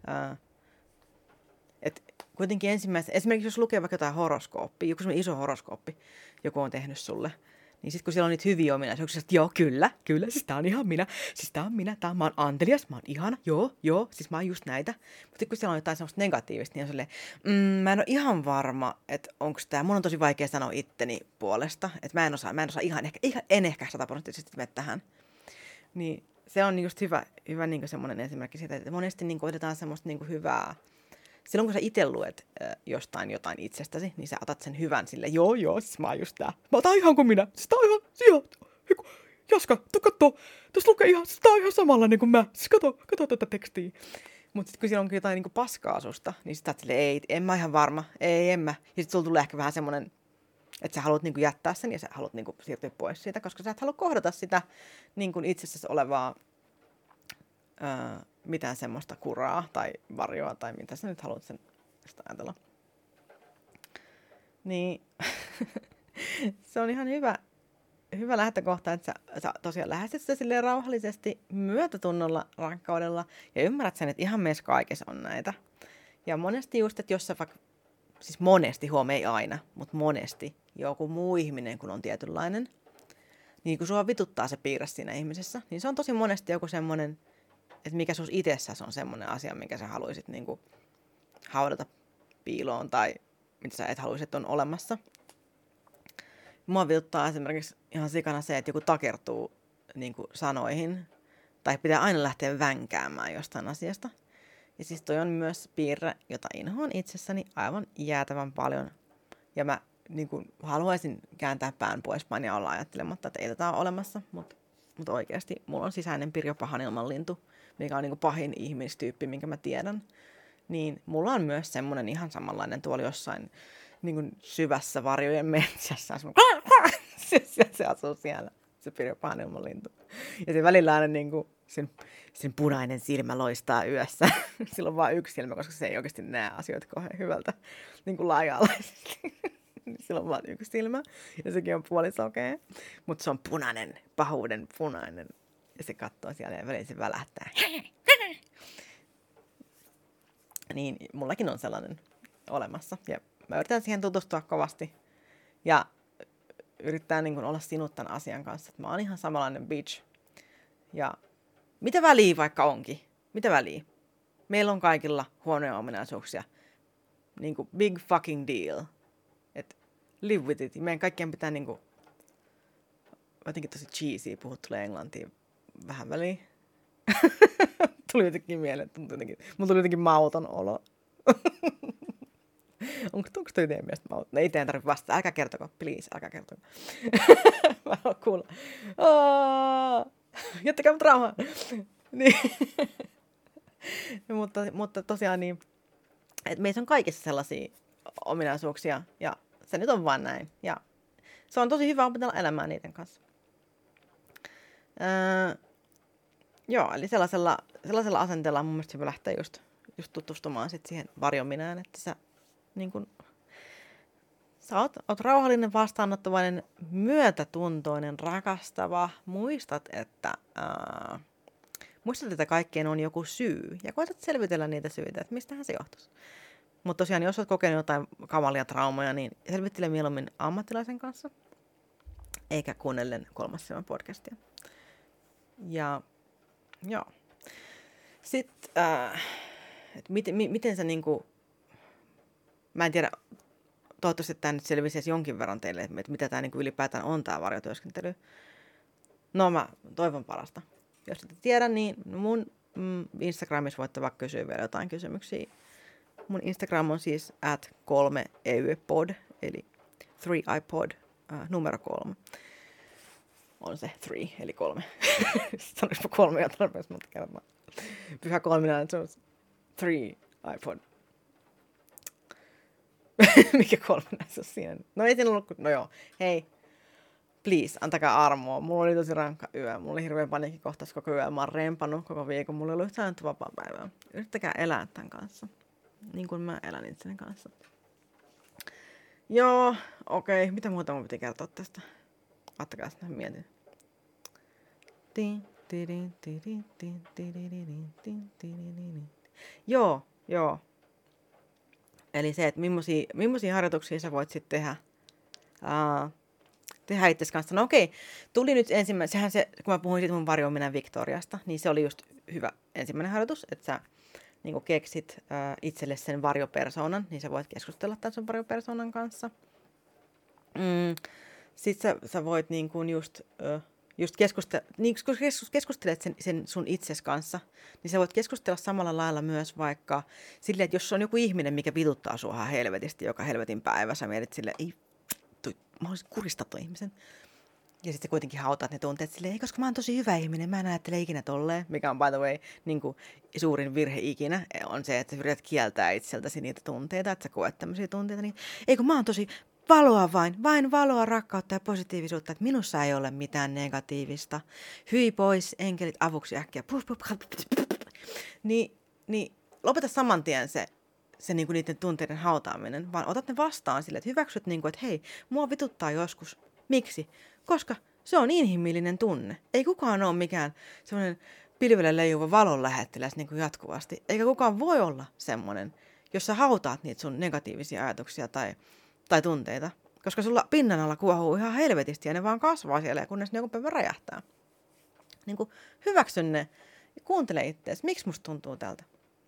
Et kuitenkin esimerkiksi jos lukee vaikka jotain horoskooppia, joku semmoinen iso horoskooppi, joku on tehnyt sulle, niin sitten kun siellä on niitä hyviä ominaisuuksia, että joo, kyllä, siis tää on ihan minä, mä oon antelias, mä oon ihana, joo, siis mä oon just näitä. Mutta kun siellä on jotain semmoista negatiivista, niin on silleen, mä en ole ihan varma, että onko tää, mun on tosi vaikea sanoa itteni puolesta, että mä en osaa en ehkä 100% mene tähän. Niin se on just hyvä niin semmoinen esimerkki siitä, että monesti niin otetaan semmoista niin hyvää. Silloin kun sä itse luet jostain jotain itsestäsi, niin sä otat sen hyvän sille, joo, siis mä oon just tää. Mä otan ihan kuin minä. Siis tää on ihan Jaska, katso, tässä lukee ihan, siis tää on ihan samanlainen kuin mä. Siis katso tätä tekstiä. Mutta sitten kun siellä onkin jotain niinku paskaa susta, niin sit sä oot silleen, ei, en mä ihan varma, en mä. Ja sit sulla tulee ehkä vähän semmonen, että sä haluat niinku jättää sen ja sä haluat niinku siirtyä pois siitä, koska sä et halua kohdata sitä niinku itsessäsi olevaa mitään semmoista kuraa tai varjoa tai mitä sä nyt haluat sen ajatella. Niin se on ihan hyvä lähtökohta, että sä tosiaan lähestyt sitä silleen rauhallisesti, myötätunnolla, rakkaudella ja ymmärrät sen, että ihan meissä kaikessa on näitä. Ja monesti just, että jos sä vaikka, siis monesti, ei aina, mutta monesti joku muu ihminen, kun on tietynlainen, niin kun sua vituttaa se piirre siinä ihmisessä, niin se on tosi monesti joku semmoinen, että mikä sus itsessäsi on semmoinen asia, minkä sä haluaisit niinku haudata piiloon tai mitä sä et haluaisit, että on olemassa. Mua vituttaa esimerkiksi ihan sikana se, että joku takertuu niinku sanoihin tai pitää aina lähteä vänkäämään jostain asiasta. Ja siis toi on myös piirre, jota inhoan itsessäni aivan jäätävän paljon. Ja mä niinku haluaisin kääntää pään poispäin ja olla ajattelematta, että ei tätä ole olemassa, mutta oikeasti mulla on sisäinen Pirjo Pahanilmanlintu, mikä on niinku pahin ihmistyyppi, minkä mä tiedän. Niin mulla on myös semmoinen ihan samanlainen tuoli jossain niinku syvässä varjojen metsässä. Se asuu siellä, se Pirjo Pahanilmanlintu. Ja se välillä aina niinku sen punainen silmä loistaa yössä. Sillä on vain yksi silmä, koska se ei oikeasti näe asioita kauhean hyvältä niinku laaja-alaisesti. Sillä on vain yksi silmä ja sekin on puolisokea. Mutta se on punainen, pahuuden punainen. Ja se katsoo siellä ja väliin se välähtää. Niin mullakin on sellainen olemassa. Ja mä yritän siihen tutustua kovasti. Ja yrittää niin kun olla sinut tämän asian kanssa. Että mä oon ihan samanlainen bitch. Ja mitä väliä vaikka onkin? Mitä väliä? Meillä on kaikilla huonoja ominaisuuksia. Niin kuin big fucking deal. Et live with it. Meidän kaikkien pitää niinku jotenkin tosi cheesy puhua tulee englantia vähän väliin. Tuli jotenkin mieleen, mulla tuli jotenkin mauton olo. Onko toi teidän mielestä mauton? No ei teidän tarvitse vastata. Älkää kertoko, please, älkää kertoko. Mä haluan kuulla. Jättäkää mut rauhaan. Niin. mutta tosiaan niin, että meissä on kaikissa sellaisia ominaisuuksia ja se nyt on vaan näin. Ja se on tosi hyvä opetella elämään niiden kanssa. Joo, eli sellaisella asenteella on mun mielestä hyvä lähteä just tutustumaan sit siihen varjominään, että sä niin kun, sä oot rauhallinen, vastaanottavainen, myötätuntoinen, rakastava. Muistat, että kaikkeen on joku syy ja koetat selvitellä niitä syitä, että mistähän se johtuisi. Mutta tosiaan, jos olet kokenut jotain kamalia traumoja, niin selvittele mieluummin ammattilaisen kanssa, eikä kuunnellen 3. silmän podcastia. Ja joo. Sitten, miten sä niinku, mä en tiedä, toivottavasti tämä nyt selvisi jonkin verran teille, että mitä tämä niinku ylipäätään on tämä varjotyöskentely. No mä toivon parasta. Jos et tiedä, niin mun Instagramissa voitte vaikka kysyä vielä jotain kysymyksiä. Mun Instagram on siis @3eupod, eli 3iPod, numero 3. On se 3, eli 3. Sanoisiko 3 jo tarpeeksi monta kertaa. Pyhä kolminaisuus, 3iPod. Mikä kolminaisuus siinä? No ei siinä ollut, no joo, hei, please, antakaa armoa. Mulla oli tosi rankka yö. Mulla oli hirveä paniikkikohtaus koko yö. Mä oon rempannut koko viikon. Mulla ei ollut yhtään vapaa-päivää. Yrittäkää elää tämän kanssa. Niin kuin mä elän itseni kanssa. Joo, okei. Mitä muuta mun piti kertoa tästä? Ottakaa sitten mietin. Joo. Eli se, että millaisia harjoituksia sä voit sitten tehdä itsesi kanssa. No okei, tuli nyt ensimmäinen, kun mä puhuin siitä mun varjominä Victoriasta, niin se oli just hyvä ensimmäinen harjoitus, että sä niin keksit itselle sen varjopersoonan, niin sä voit keskustella tämän sun varjopersoonan kanssa. Sitten sä voit niin kuin just keskustelet sen sun itses kanssa, niin sä voit keskustella samalla lailla myös vaikka silleen, että jos on joku ihminen, mikä vituttaa sua ihan helvetisti joka helvetin päivä, sä mietit silleen, mä haluaisin kuristaa ton ihmisen. Ja sitten kuitenkin hautaat ne tunteet silleen, ei, koska mä oon tosi hyvä ihminen, mä en ajattele ikinä tolleen, mikä on by the way niin kuin suurin virhe ikinä, on se, että sä yrität kieltää itseltäsi niitä tunteita, että sä koet tämmöisiä tunteita, niin ei kun mä oon tosi valoa vain valoa, rakkautta ja positiivisuutta, että minussa ei ole mitään negatiivista. Hyi pois, enkelit avuksi äkkiä. Niin lopeta saman tien se niinku niiden tunteiden hautaaminen, vaan otat ne vastaan sille, että hyväksyt, niinku, että hei, mua vituttaa joskus. Miksi? Koska se on inhimillinen tunne. Ei kukaan ole mikään semmoinen pilvelle leijuva valon lähettiläs niinku jatkuvasti. Eikä kukaan voi olla semmoinen, jos sä hautaat niitä sun negatiivisia ajatuksia tai tunteita. Koska sulla pinnan alla kuohuu ihan helvetisti ja ne vaan kasvaa siellä, kunnes ne joku päivä räjähtää. Niinku hyväksy ne ja kuuntele itseäsi. Miksi musta tuntuu tältä?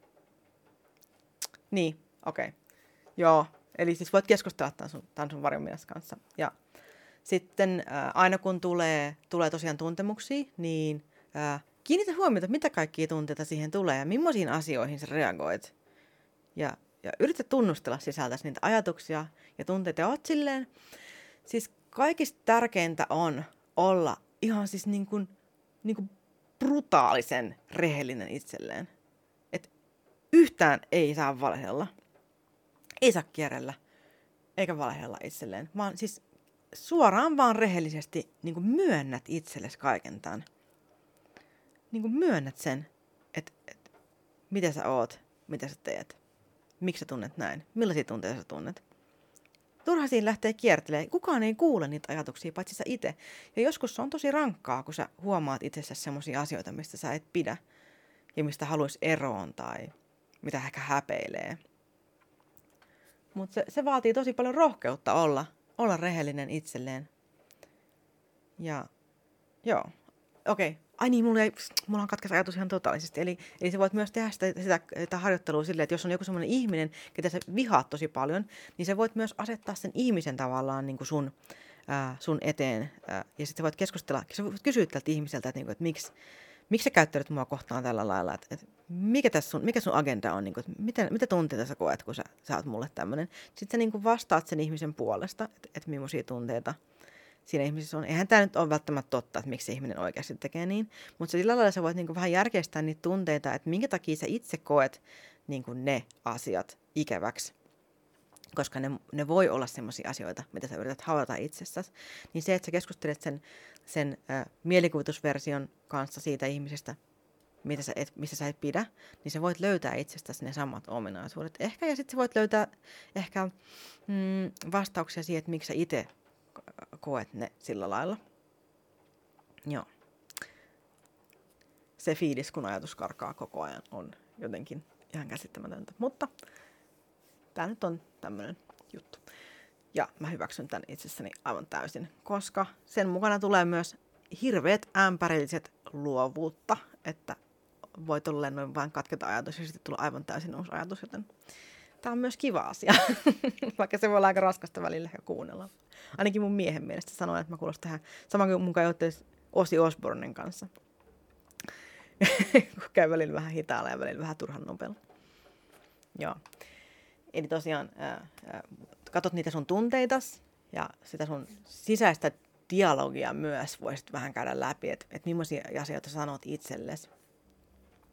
Niin, okei. Joo, eli siis voit keskustella tämän sun varjomies kanssa. Ja sitten aina kun tulee tosiaan tuntemuksia, niin kiinnitä huomiota, mitä kaikkia tunteita siihen tulee ja millaisiin asioihin sä reagoit. Ja yritä tunnustella sisältäsi niitä ajatuksia ja tunteita. Ja oot silleen, siis kaikista tärkeintä on olla ihan siis niin kuin brutaalisen rehellinen itselleen. Yhtään ei saa valehella. Ei saa kierrellä. Eikä valehella itselleen. Vaan siis suoraan vaan rehellisesti niin kuin myönnät itsellesi kaiken tämän. Niin kuin myönnät sen, että mitä sä oot, mitä sä teet. Miksi sä tunnet näin? Millaisia tunteita sä tunnet? Turha siinä lähtee kiertelemään. Kukaan ei kuule niitä ajatuksia, paitsi sä itse. Ja joskus se on tosi rankkaa, kun sä huomaat itsessäsi sellaisia asioita, mistä sä et pidä. Ja mistä haluaisi eroon tai mitä ehkä häpeilee. Mutta se vaatii tosi paljon rohkeutta olla rehellinen itselleen. Ja joo, okei. Ai niin, mulla on katkes ajatus ihan totaalisesti. Eli sä voit myös tehdä sitä harjoittelua silleen, että jos on joku semmoinen ihminen, ketä sä vihaat tosi paljon, niin sä voit myös asettaa sen ihmisen tavallaan niin kuin sun eteen. Ja sitten sä voit keskustella, sä voit kysyä tältä ihmiseltä, että miksi sä käyttäydyt mua kohtaan tällä lailla, että mikä sun agenda on, niin kuin, mitä tunteita sä koet, kun sä oot mulle tämmöinen. Sitten sä niin kuin vastaat sen ihmisen puolesta, että millaisia tunteita siinä ihmisessä on. Eihän tämä nyt ole välttämättä totta, että miksi se ihminen oikeasti tekee niin, mutta sillä lailla sä voit niin kuin vähän järkeistää niitä tunteita, että minkä takia sä itse koet niin kuin ne asiat ikäväksi. Koska ne voi olla sellaisia asioita, mitä sä yrität haudata itsessäsi. Niin se, että sä keskustelet sen mielikuvitusversion kanssa siitä ihmisestä, mistä sä et pidä, niin sä voit löytää itsestäsi ne samat ominaisuudet. Ehkä, ja sitten sä voit löytää ehkä vastauksia siihen, että miksi sä itse koet ne sillä lailla. Joo. Se fiilis, kun ajatus karkaa koko ajan, on jotenkin ihan käsittämätöntä. Mutta tää nyt on tämmönen juttu. Ja mä hyväksyn tän itsessäni aivan täysin, koska sen mukana tulee myös hirveät ämpärilliset luovuutta, että voi tulla noin vain katketa ajatus ja sitten tulla aivan täysin uusi ajatus, joten tää on myös kiva asia, vaikka se voi olla aika raskasta välillä ehkä kuunnella. Ainakin mun miehen mielestä sanoin, että mä kuulostan tähän saman kuin mun käyttäisi Ozzy Osbournen kanssa. Kun käy välillä vähän hitaalla ja välillä vähän turhan nopealla. Joo. Eli tosiaan katot niitä sun tunteitas ja sitä sun sisäistä dialogia myös voisit vähän käydä läpi, että millaisia asioita sanot itsellesi.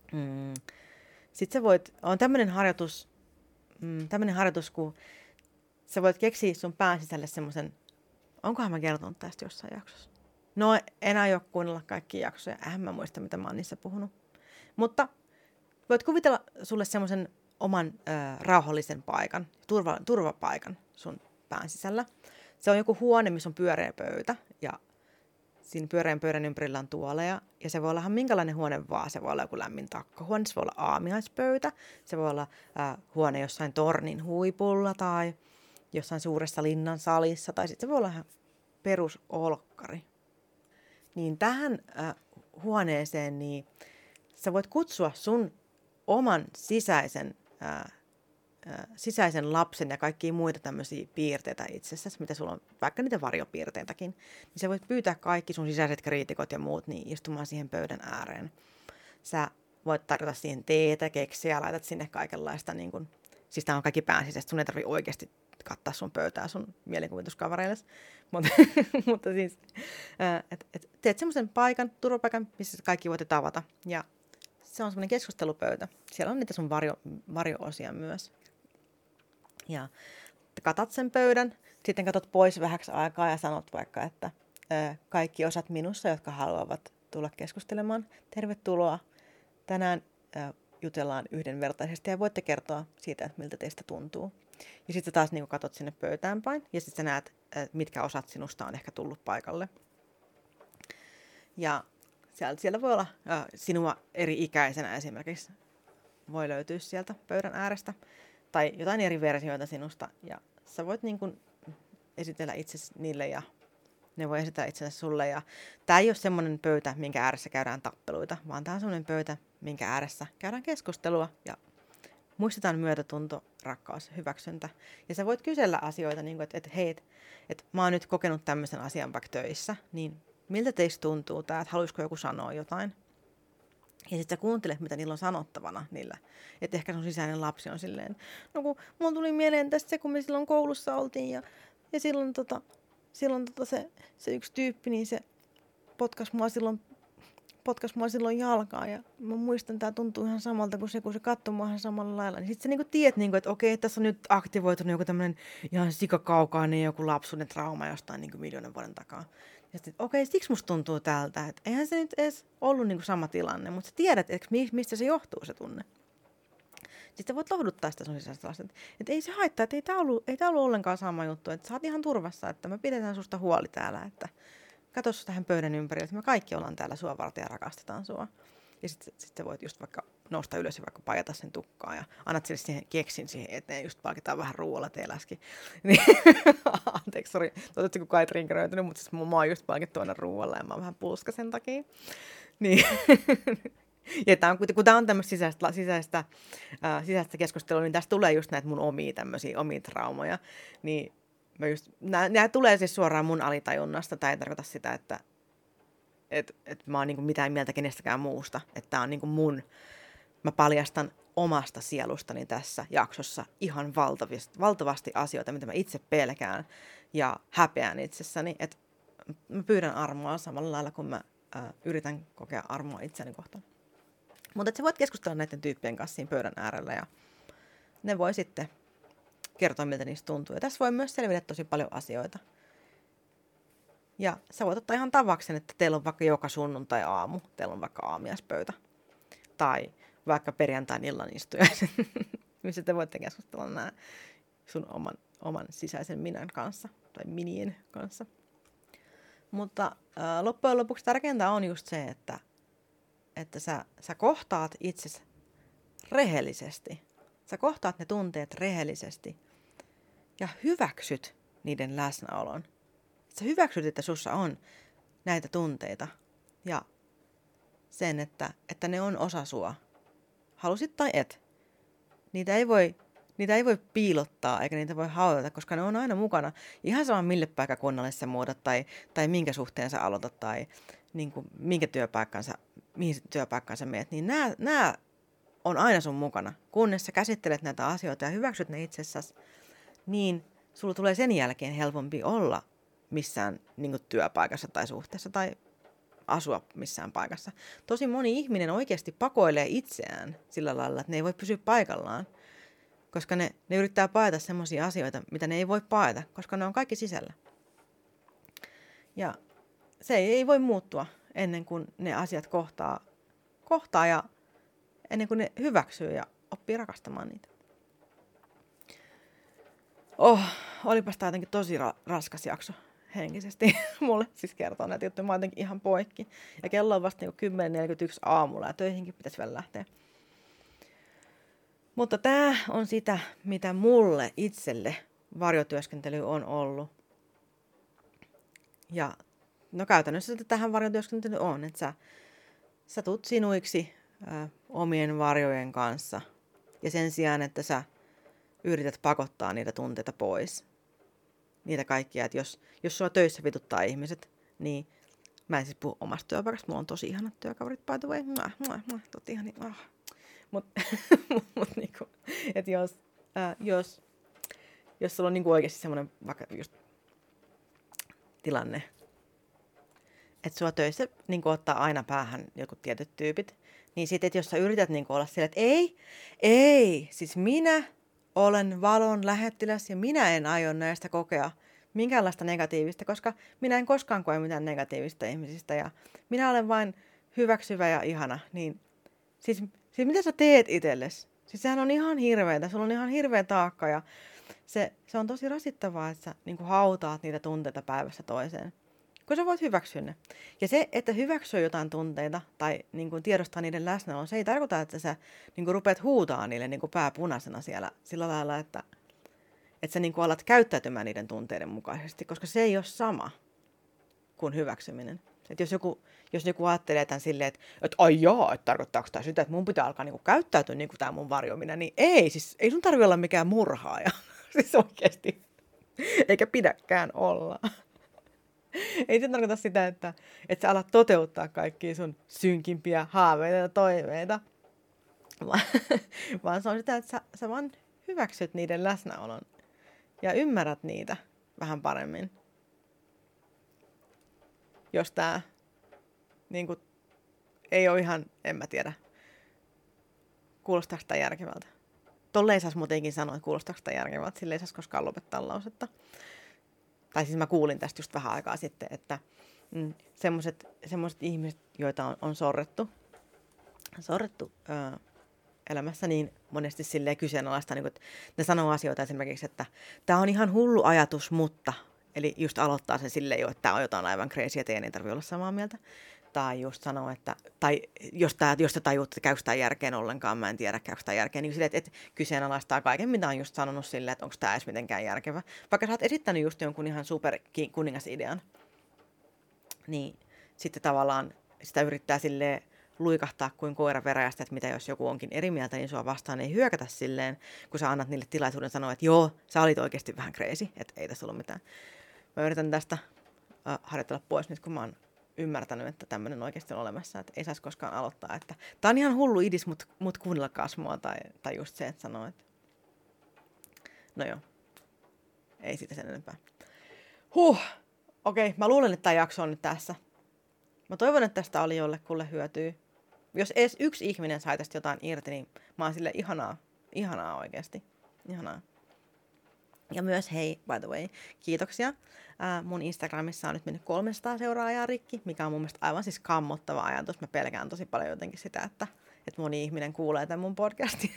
Sitten sä voit, on tämmöinen harjoitus, kun sä voit keksiä sun pään sisälle semmoisen, onkohan mä kertonut tästä jossain jaksossa? No, en aio kuunnella kaikkia jaksoja, eihän mä muista, mitä mä oon niissä puhunut. Mutta voit kuvitella sulle semmoisen oman rauhallisen paikan, turvapaikan sun pään sisällä. Se on joku huone, missä on pyöreä pöytä ja siinä pyöreän pöydän ympärillä on tuoleja. Ja se voi olla ihan minkälainen huone vaan. Se voi olla joku lämmin takkahuone, se voi olla aamiaispöytä, se voi olla huone jossain tornin huipulla tai jossain suuressa linnan salissa tai sitten se voi olla ihan perusolkkari. Niin tähän huoneeseen niin sä voit kutsua sun oman sisäisen lapsen ja kaikkia muita tämmöisiä piirteitä itsessäsi, mitä sulla on, vaikka niitä varjopiirteitäkin, niin sä voit pyytää kaikki sun sisäiset kriitikot ja muut niin istumaan siihen pöydän ääreen. Sä voit tarjota siihen teetä, keksiä, laitat sinne kaikenlaista, niin kun, siis tää on kaikki pään sisäistä, sun ei tarvitse oikeasti kattaa sun pöytää sun mielikuvituskavereille, mutta siis, teet semmoisen turvapaikan, missä kaikki voitte tavata ja se on semmoinen keskustelupöytä. Siellä on niitä sun varjo-osia myös. Ja katat sen pöydän, sitten katot pois vähäksi aikaa ja sanot vaikka, että kaikki osat minussa, jotka haluavat tulla keskustelemaan, tervetuloa. Tänään jutellaan yhdenvertaisesti ja voitte kertoa siitä, että miltä teistä tuntuu. Ja sitten taas niin katot sinne pöytään päin ja sitten sä näet, mitkä osat sinusta on ehkä tullut paikalle. Ja siellä voi olla sinua eri ikäisenä esimerkiksi. Voi löytyä sieltä pöydän äärestä. Tai jotain eri versioita sinusta. Ja sä voit niin kuin esitellä itsesi niille ja ne voi esitellä itsensä sulle. Ja tää ei ole semmoinen pöytä, minkä ääressä käydään tappeluita, vaan tää on semmoinen pöytä, minkä ääressä käydään keskustelua. Ja muistetaan myötätunto, rakkaus, hyväksyntä. Ja sä voit kysellä asioita, niin kuin, että hei, että mä oon nyt kokenut tämmöisen asian vaikka töissä, niin miltä teistä tuntuu tää, että haluaisiko joku sanoa jotain? Ja sitten sä kuuntelet, mitä niillä on sanottavana niillä. Että ehkä sun sisäinen lapsi on silleen, no kun mulla tuli mieleen tästä se, kun me silloin koulussa oltiin ja silloin, se yksi tyyppi, niin se potkas mua silloin jalkaan ja mä muistan, tää tuntuu ihan samalta kuin se, kun se katsoi mua ihan samalla lailla. Niin sit sä niinku tiedät, niinku, että okei, tässä on nyt aktivoitunut joku tämmönen ihan sikakaukainen joku lapsuuden trauma jostain niinku miljoonan vuoden takaa. Ja sitten, okei, siksi musta tuntuu tältä, että eihän se nyt edes ollut niinku sama tilanne, mutta sä tiedät, että mistä se johtuu se tunne. Sitten voit lohduttaa sitä sun sisäistä lasta, että ei se haittaa, että ei tää ollut ollenkaan sama juttu, että sä oot ihan turvassa, että me pidetään susta huoli täällä, että katso tähän pöydän ympärille, että me kaikki ollaan täällä sua varten ja rakastetaan sua. Ja sitten voit just vaikka nousta ylös ja vaikka pajata sen tukkaa ja annat sille siihen keksin siihen eteen, just palkitaan vähän ruoalla teeläskin. Anteeksi, sori, toivottavasti kukaan ei trinkeröitynyt, mutta siis mä oon just palkittu aina ruoalla ja mä oon vähän pulska sen takia. Niin. Ja kun tää on tämmöistä sisäistä keskustelua, niin tästä tulee just näitä mun omia traumoja. Niin nämä tulee siis suoraan mun alitajunnasta. Tämä ei tarkoita sitä, että mä oon niinku mitään mieltä kenestäkään muusta. Että tää on niinku mä paljastan omasta sielustani tässä jaksossa ihan valtavasti asioita, mitä mä itse pelkään ja häpeän itsessäni. Että mä pyydän armoa samalla lailla, kun mä yritän kokea armoa itseäni kohtaan. Mutta sä voit keskustella näiden tyyppien kanssa siinä pöydän äärellä ja ne voi sitten kertoa, miltä niistä tuntuu. Ja tässä voi myös selvitä tosi paljon asioita. Ja sä voit ottaa ihan tavaksen, että teillä on vaikka joka sunnuntai aamu, teillä on vaikka aamiaispöytä. Tai vaikka perjantain illan istujaiset, missä te voitte keskustella nämä sun oman sisäisen minän kanssa tai minien kanssa. Mutta loppujen lopuksi tärkeintä on just se, että sä kohtaat itsesi rehellisesti. Sä kohtaat ne tunteet rehellisesti ja hyväksyt niiden läsnäolon. Sä hyväksyt, että sussa on näitä tunteita ja sen, että ne on osa sua. Halusit tai et. Niitä ei voi piilottaa eikä niitä voi haudata, koska ne on aina mukana. Ihan sama mille paikkakunnalle sä muutat tai minkä suhteen sä aloitat tai niin kuin, mihin työpaikkaan sä meet. Niin nämä on aina sun mukana. Kunnes sä käsittelet näitä asioita ja hyväksyt ne itsessäsi, niin sulla tulee sen jälkeen helpompi olla missään niin kuin työpaikassa tai suhteessa tai asua missään paikassa. Tosi moni ihminen oikeasti pakoilee itseään sillä lailla, että ne ei voi pysyä paikallaan. koska ne yrittää paeta semmoisia asioita, mitä ne ei voi paeta, koska ne on kaikki sisällä. Ja se ei voi muuttua ennen kuin ne asiat kohtaa ja ennen kuin ne hyväksyy ja oppii rakastamaan niitä. Olipas tää jotenkin tosi raskas jakso henkisesti. Mulle siis kertoo näitä juttuja. Mä oon jotenkin ihan poikki. Ja kello on vasta 10.41 aamulla ja töihinkin pitäisi vielä lähteä. Mutta tää on sitä, mitä mulle itselle varjotyöskentely on ollut. Ja no käytännössä tähän varjotyöskentely on, että sä tuut sinuiksi omien varjojen kanssa. Ja sen sijaan, että sä yrität pakottaa niitä tunteita pois. Niitä kaikkia, että jos sua töissä vituttaa ihmiset, niin mä en siis puhu omasta työpaikasta. Mulla on tosi ihanat työkaverit, by the way. Totti ihan niin. Mut niinku, että jos sulla on niinku oikeasti semmoinen vaikka just tilanne, että sua töissä niinku ottaa aina päähän joku tietyt tyypit, niin sitten, että jos sä yrität niinku olla silleen, että ei, siis minä olen valon lähettiläs ja minä en aio näistä kokea minkäänlaista negatiivista, koska minä en koskaan koe mitään negatiivista ihmisistä ja minä olen vain hyväksyvä ja ihana. Niin, siis mitä sä teet itsellesi? Siis sehän on ihan hirveetä, sulla on ihan hirveä taakka ja se on tosi rasittavaa, että sä niin kuin hautaat niitä tunteita päivässä toiseen. Kun sä voit hyväksyä ne. Ja se, että hyväksyy jotain tunteita tai niin kuin tiedostaa niiden läsnäolon, se ei tarkoita, että sä niin kuin rupeat huutaa niille niin kuin pää punaisena siellä sillä lailla, että sä niin kuin alat käyttäytymään niiden tunteiden mukaisesti, koska se ei ole sama kuin hyväksyminen. Että jos joku ajattelee tämän silleen, että ai jaa, että tarkoittaako tämä sitä, että mun pitää alkaa niin kuin käyttäytyä niin kuin tämä mun varjominen, niin ei sun tarvitse olla mikään murhaaja. Siis oikeasti. Eikä pidäkään olla. Ei se tarkoita sitä, että sä alat toteuttaa kaikkia sun synkimpiä haaveita ja toiveita, vaan se on sitä, että sä vaan hyväksyt niiden läsnäolon ja ymmärrät niitä vähän paremmin. Jos tää niin kuin, ei ole ihan, en mä tiedä, kuulostaako tää järkevältä. Tolle ei saisi muutenkin sanoa, että kuulostaako tää järkevältä, sille ei saisi koskaan lopettaa lausetta. Tai siis mä kuulin tästä just vähän aikaa sitten, että semmoiset ihmiset, joita on sorrettu elämässä, niin monesti silleen kyseenalaista, niin että ne sanoo asioita esimerkiksi, että tämä on ihan hullu ajatus, mutta, eli just aloittaa sen silleen jo, että tämä on jotain aivan crazyä, teidän ei tarvitse olla samaa mieltä. Tai just sanoo, että, tai jos te tajuutte, että käykö tämä järkeen ollenkaan, mä en tiedä, käykö tämä järkeen, niin silleen, että kyseenalaistaa kaiken, mitä on just sanonut silleen, että onko tämä edes mitenkään järkevä. Vaikka sä oot esittänyt just jonkun ihan super kuningasidean, niin sitten tavallaan sitä yrittää silleen luikahtaa kuin koira veräjästä, että mitä jos joku onkin eri mieltä, niin sua vastaan ei hyökätä silleen, kun sä annat niille tilaisuuden sanoa, että joo, sä olit oikeasti vähän crazy, että ei tässä ollut mitään. Mä yritän tästä harjoitella pois nyt, kun mä oon ymmärtänyt, että tämmöinen oikeasti on olemassa, että ei saisi koskaan aloittaa, että tää on ihan hullu idis, mut kuunnelkaa mua, tai just se, että sanoo, että no joo, ei siitä sen enempää. Okei, mä luulen, että tämä jakso on nyt tässä. Mä toivon, että tästä oli jollekulle hyötyä. Jos edes yksi ihminen sai tästä jotain irti, niin mä oon sille ihanaa oikeasti, ihanaa. Ja myös hei, by the way, kiitoksia. Mun Instagramissa on nyt mennyt 300 seuraajaa rikki, mikä on mun mielestä aivan siis kammottava ajatus. Mä pelkään tosi paljon jotenkin sitä, että moni ihminen kuulee tämän mun podcastin.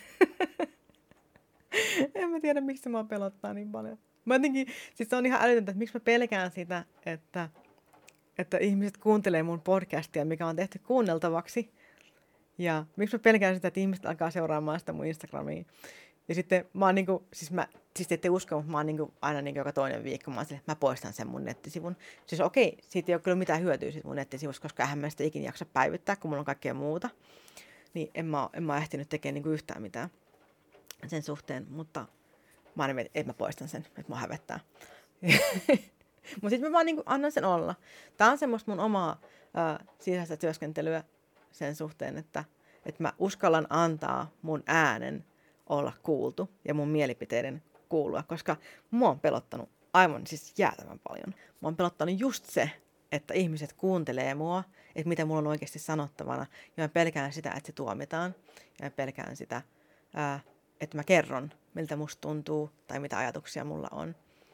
En mä tiedä, miksi mua pelottaa niin paljon. Mä jotenkin, siis se on ihan älytöntä, että miksi mä pelkään sitä, että ihmiset kuuntelee mun podcastia, mikä on tehty kuunneltavaksi. Ja miksi mä pelkään sitä, että ihmiset alkaa seuraamaan sitä mun Instagramiin. Ja sitten mä oon niinku, siis ette usko, mutta mä oon niinku aina niinku joka toinen viikko, mä oon silleen, mä poistan sen mun nettisivun. Siis okei, siitä ei ole kyllä mitään hyötyä sit mun nettisivusta, koska eihän mä sitä ikinä jaksa päivittää, kun mulla on kaikkea muuta. Niin en mä ehtinyt tekemään niinku yhtään mitään sen suhteen, mutta mä oon että mä poistan sen, että mua hävettää. Mutta sitten mä vaan niinku annan sen olla. Tää on semmoista mun omaa sisäistä työskentelyä sen suhteen, että mä uskallan antaa mun äänen olla kuultu ja mun mielipiteiden kuulua, koska mua on pelottanut aivan siis jäätävän paljon. Mua on pelottanut just se, että ihmiset kuuntelee mua, että mitä mulla on oikeasti sanottavana, ja mä pelkään sitä, että se tuomitaan, ja mä pelkään sitä, että mä kerron miltä musta tuntuu tai mitä ajatuksia mulla on.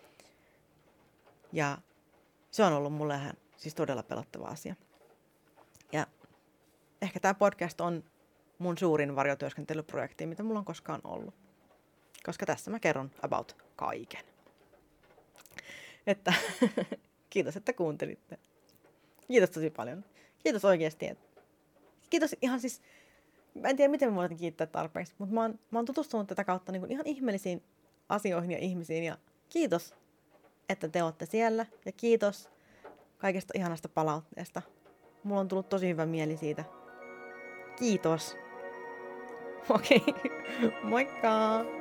Ja se on ollut mulle ihan siis todella pelottava asia. Ja ehkä tämä podcast on mun suurin varjotyöskentelyprojekti, mitä mulla on koskaan ollut. Koska tässä mä kerron about kaiken. Että kiitos, että kuuntelitte. Kiitos tosi paljon. Kiitos oikeasti. Kiitos ihan siis, mä en tiedä miten mä voin kiittää tarpeeksi, mutta mä oon tutustunut tätä kautta niin kuin ihan ihmeellisiin asioihin ja ihmisiin. Ja kiitos, että te olette siellä. Ja kiitos kaikesta ihanasta palautteesta. Mulla on tullut tosi hyvä mieli siitä. Kiitos. Okei, moikka!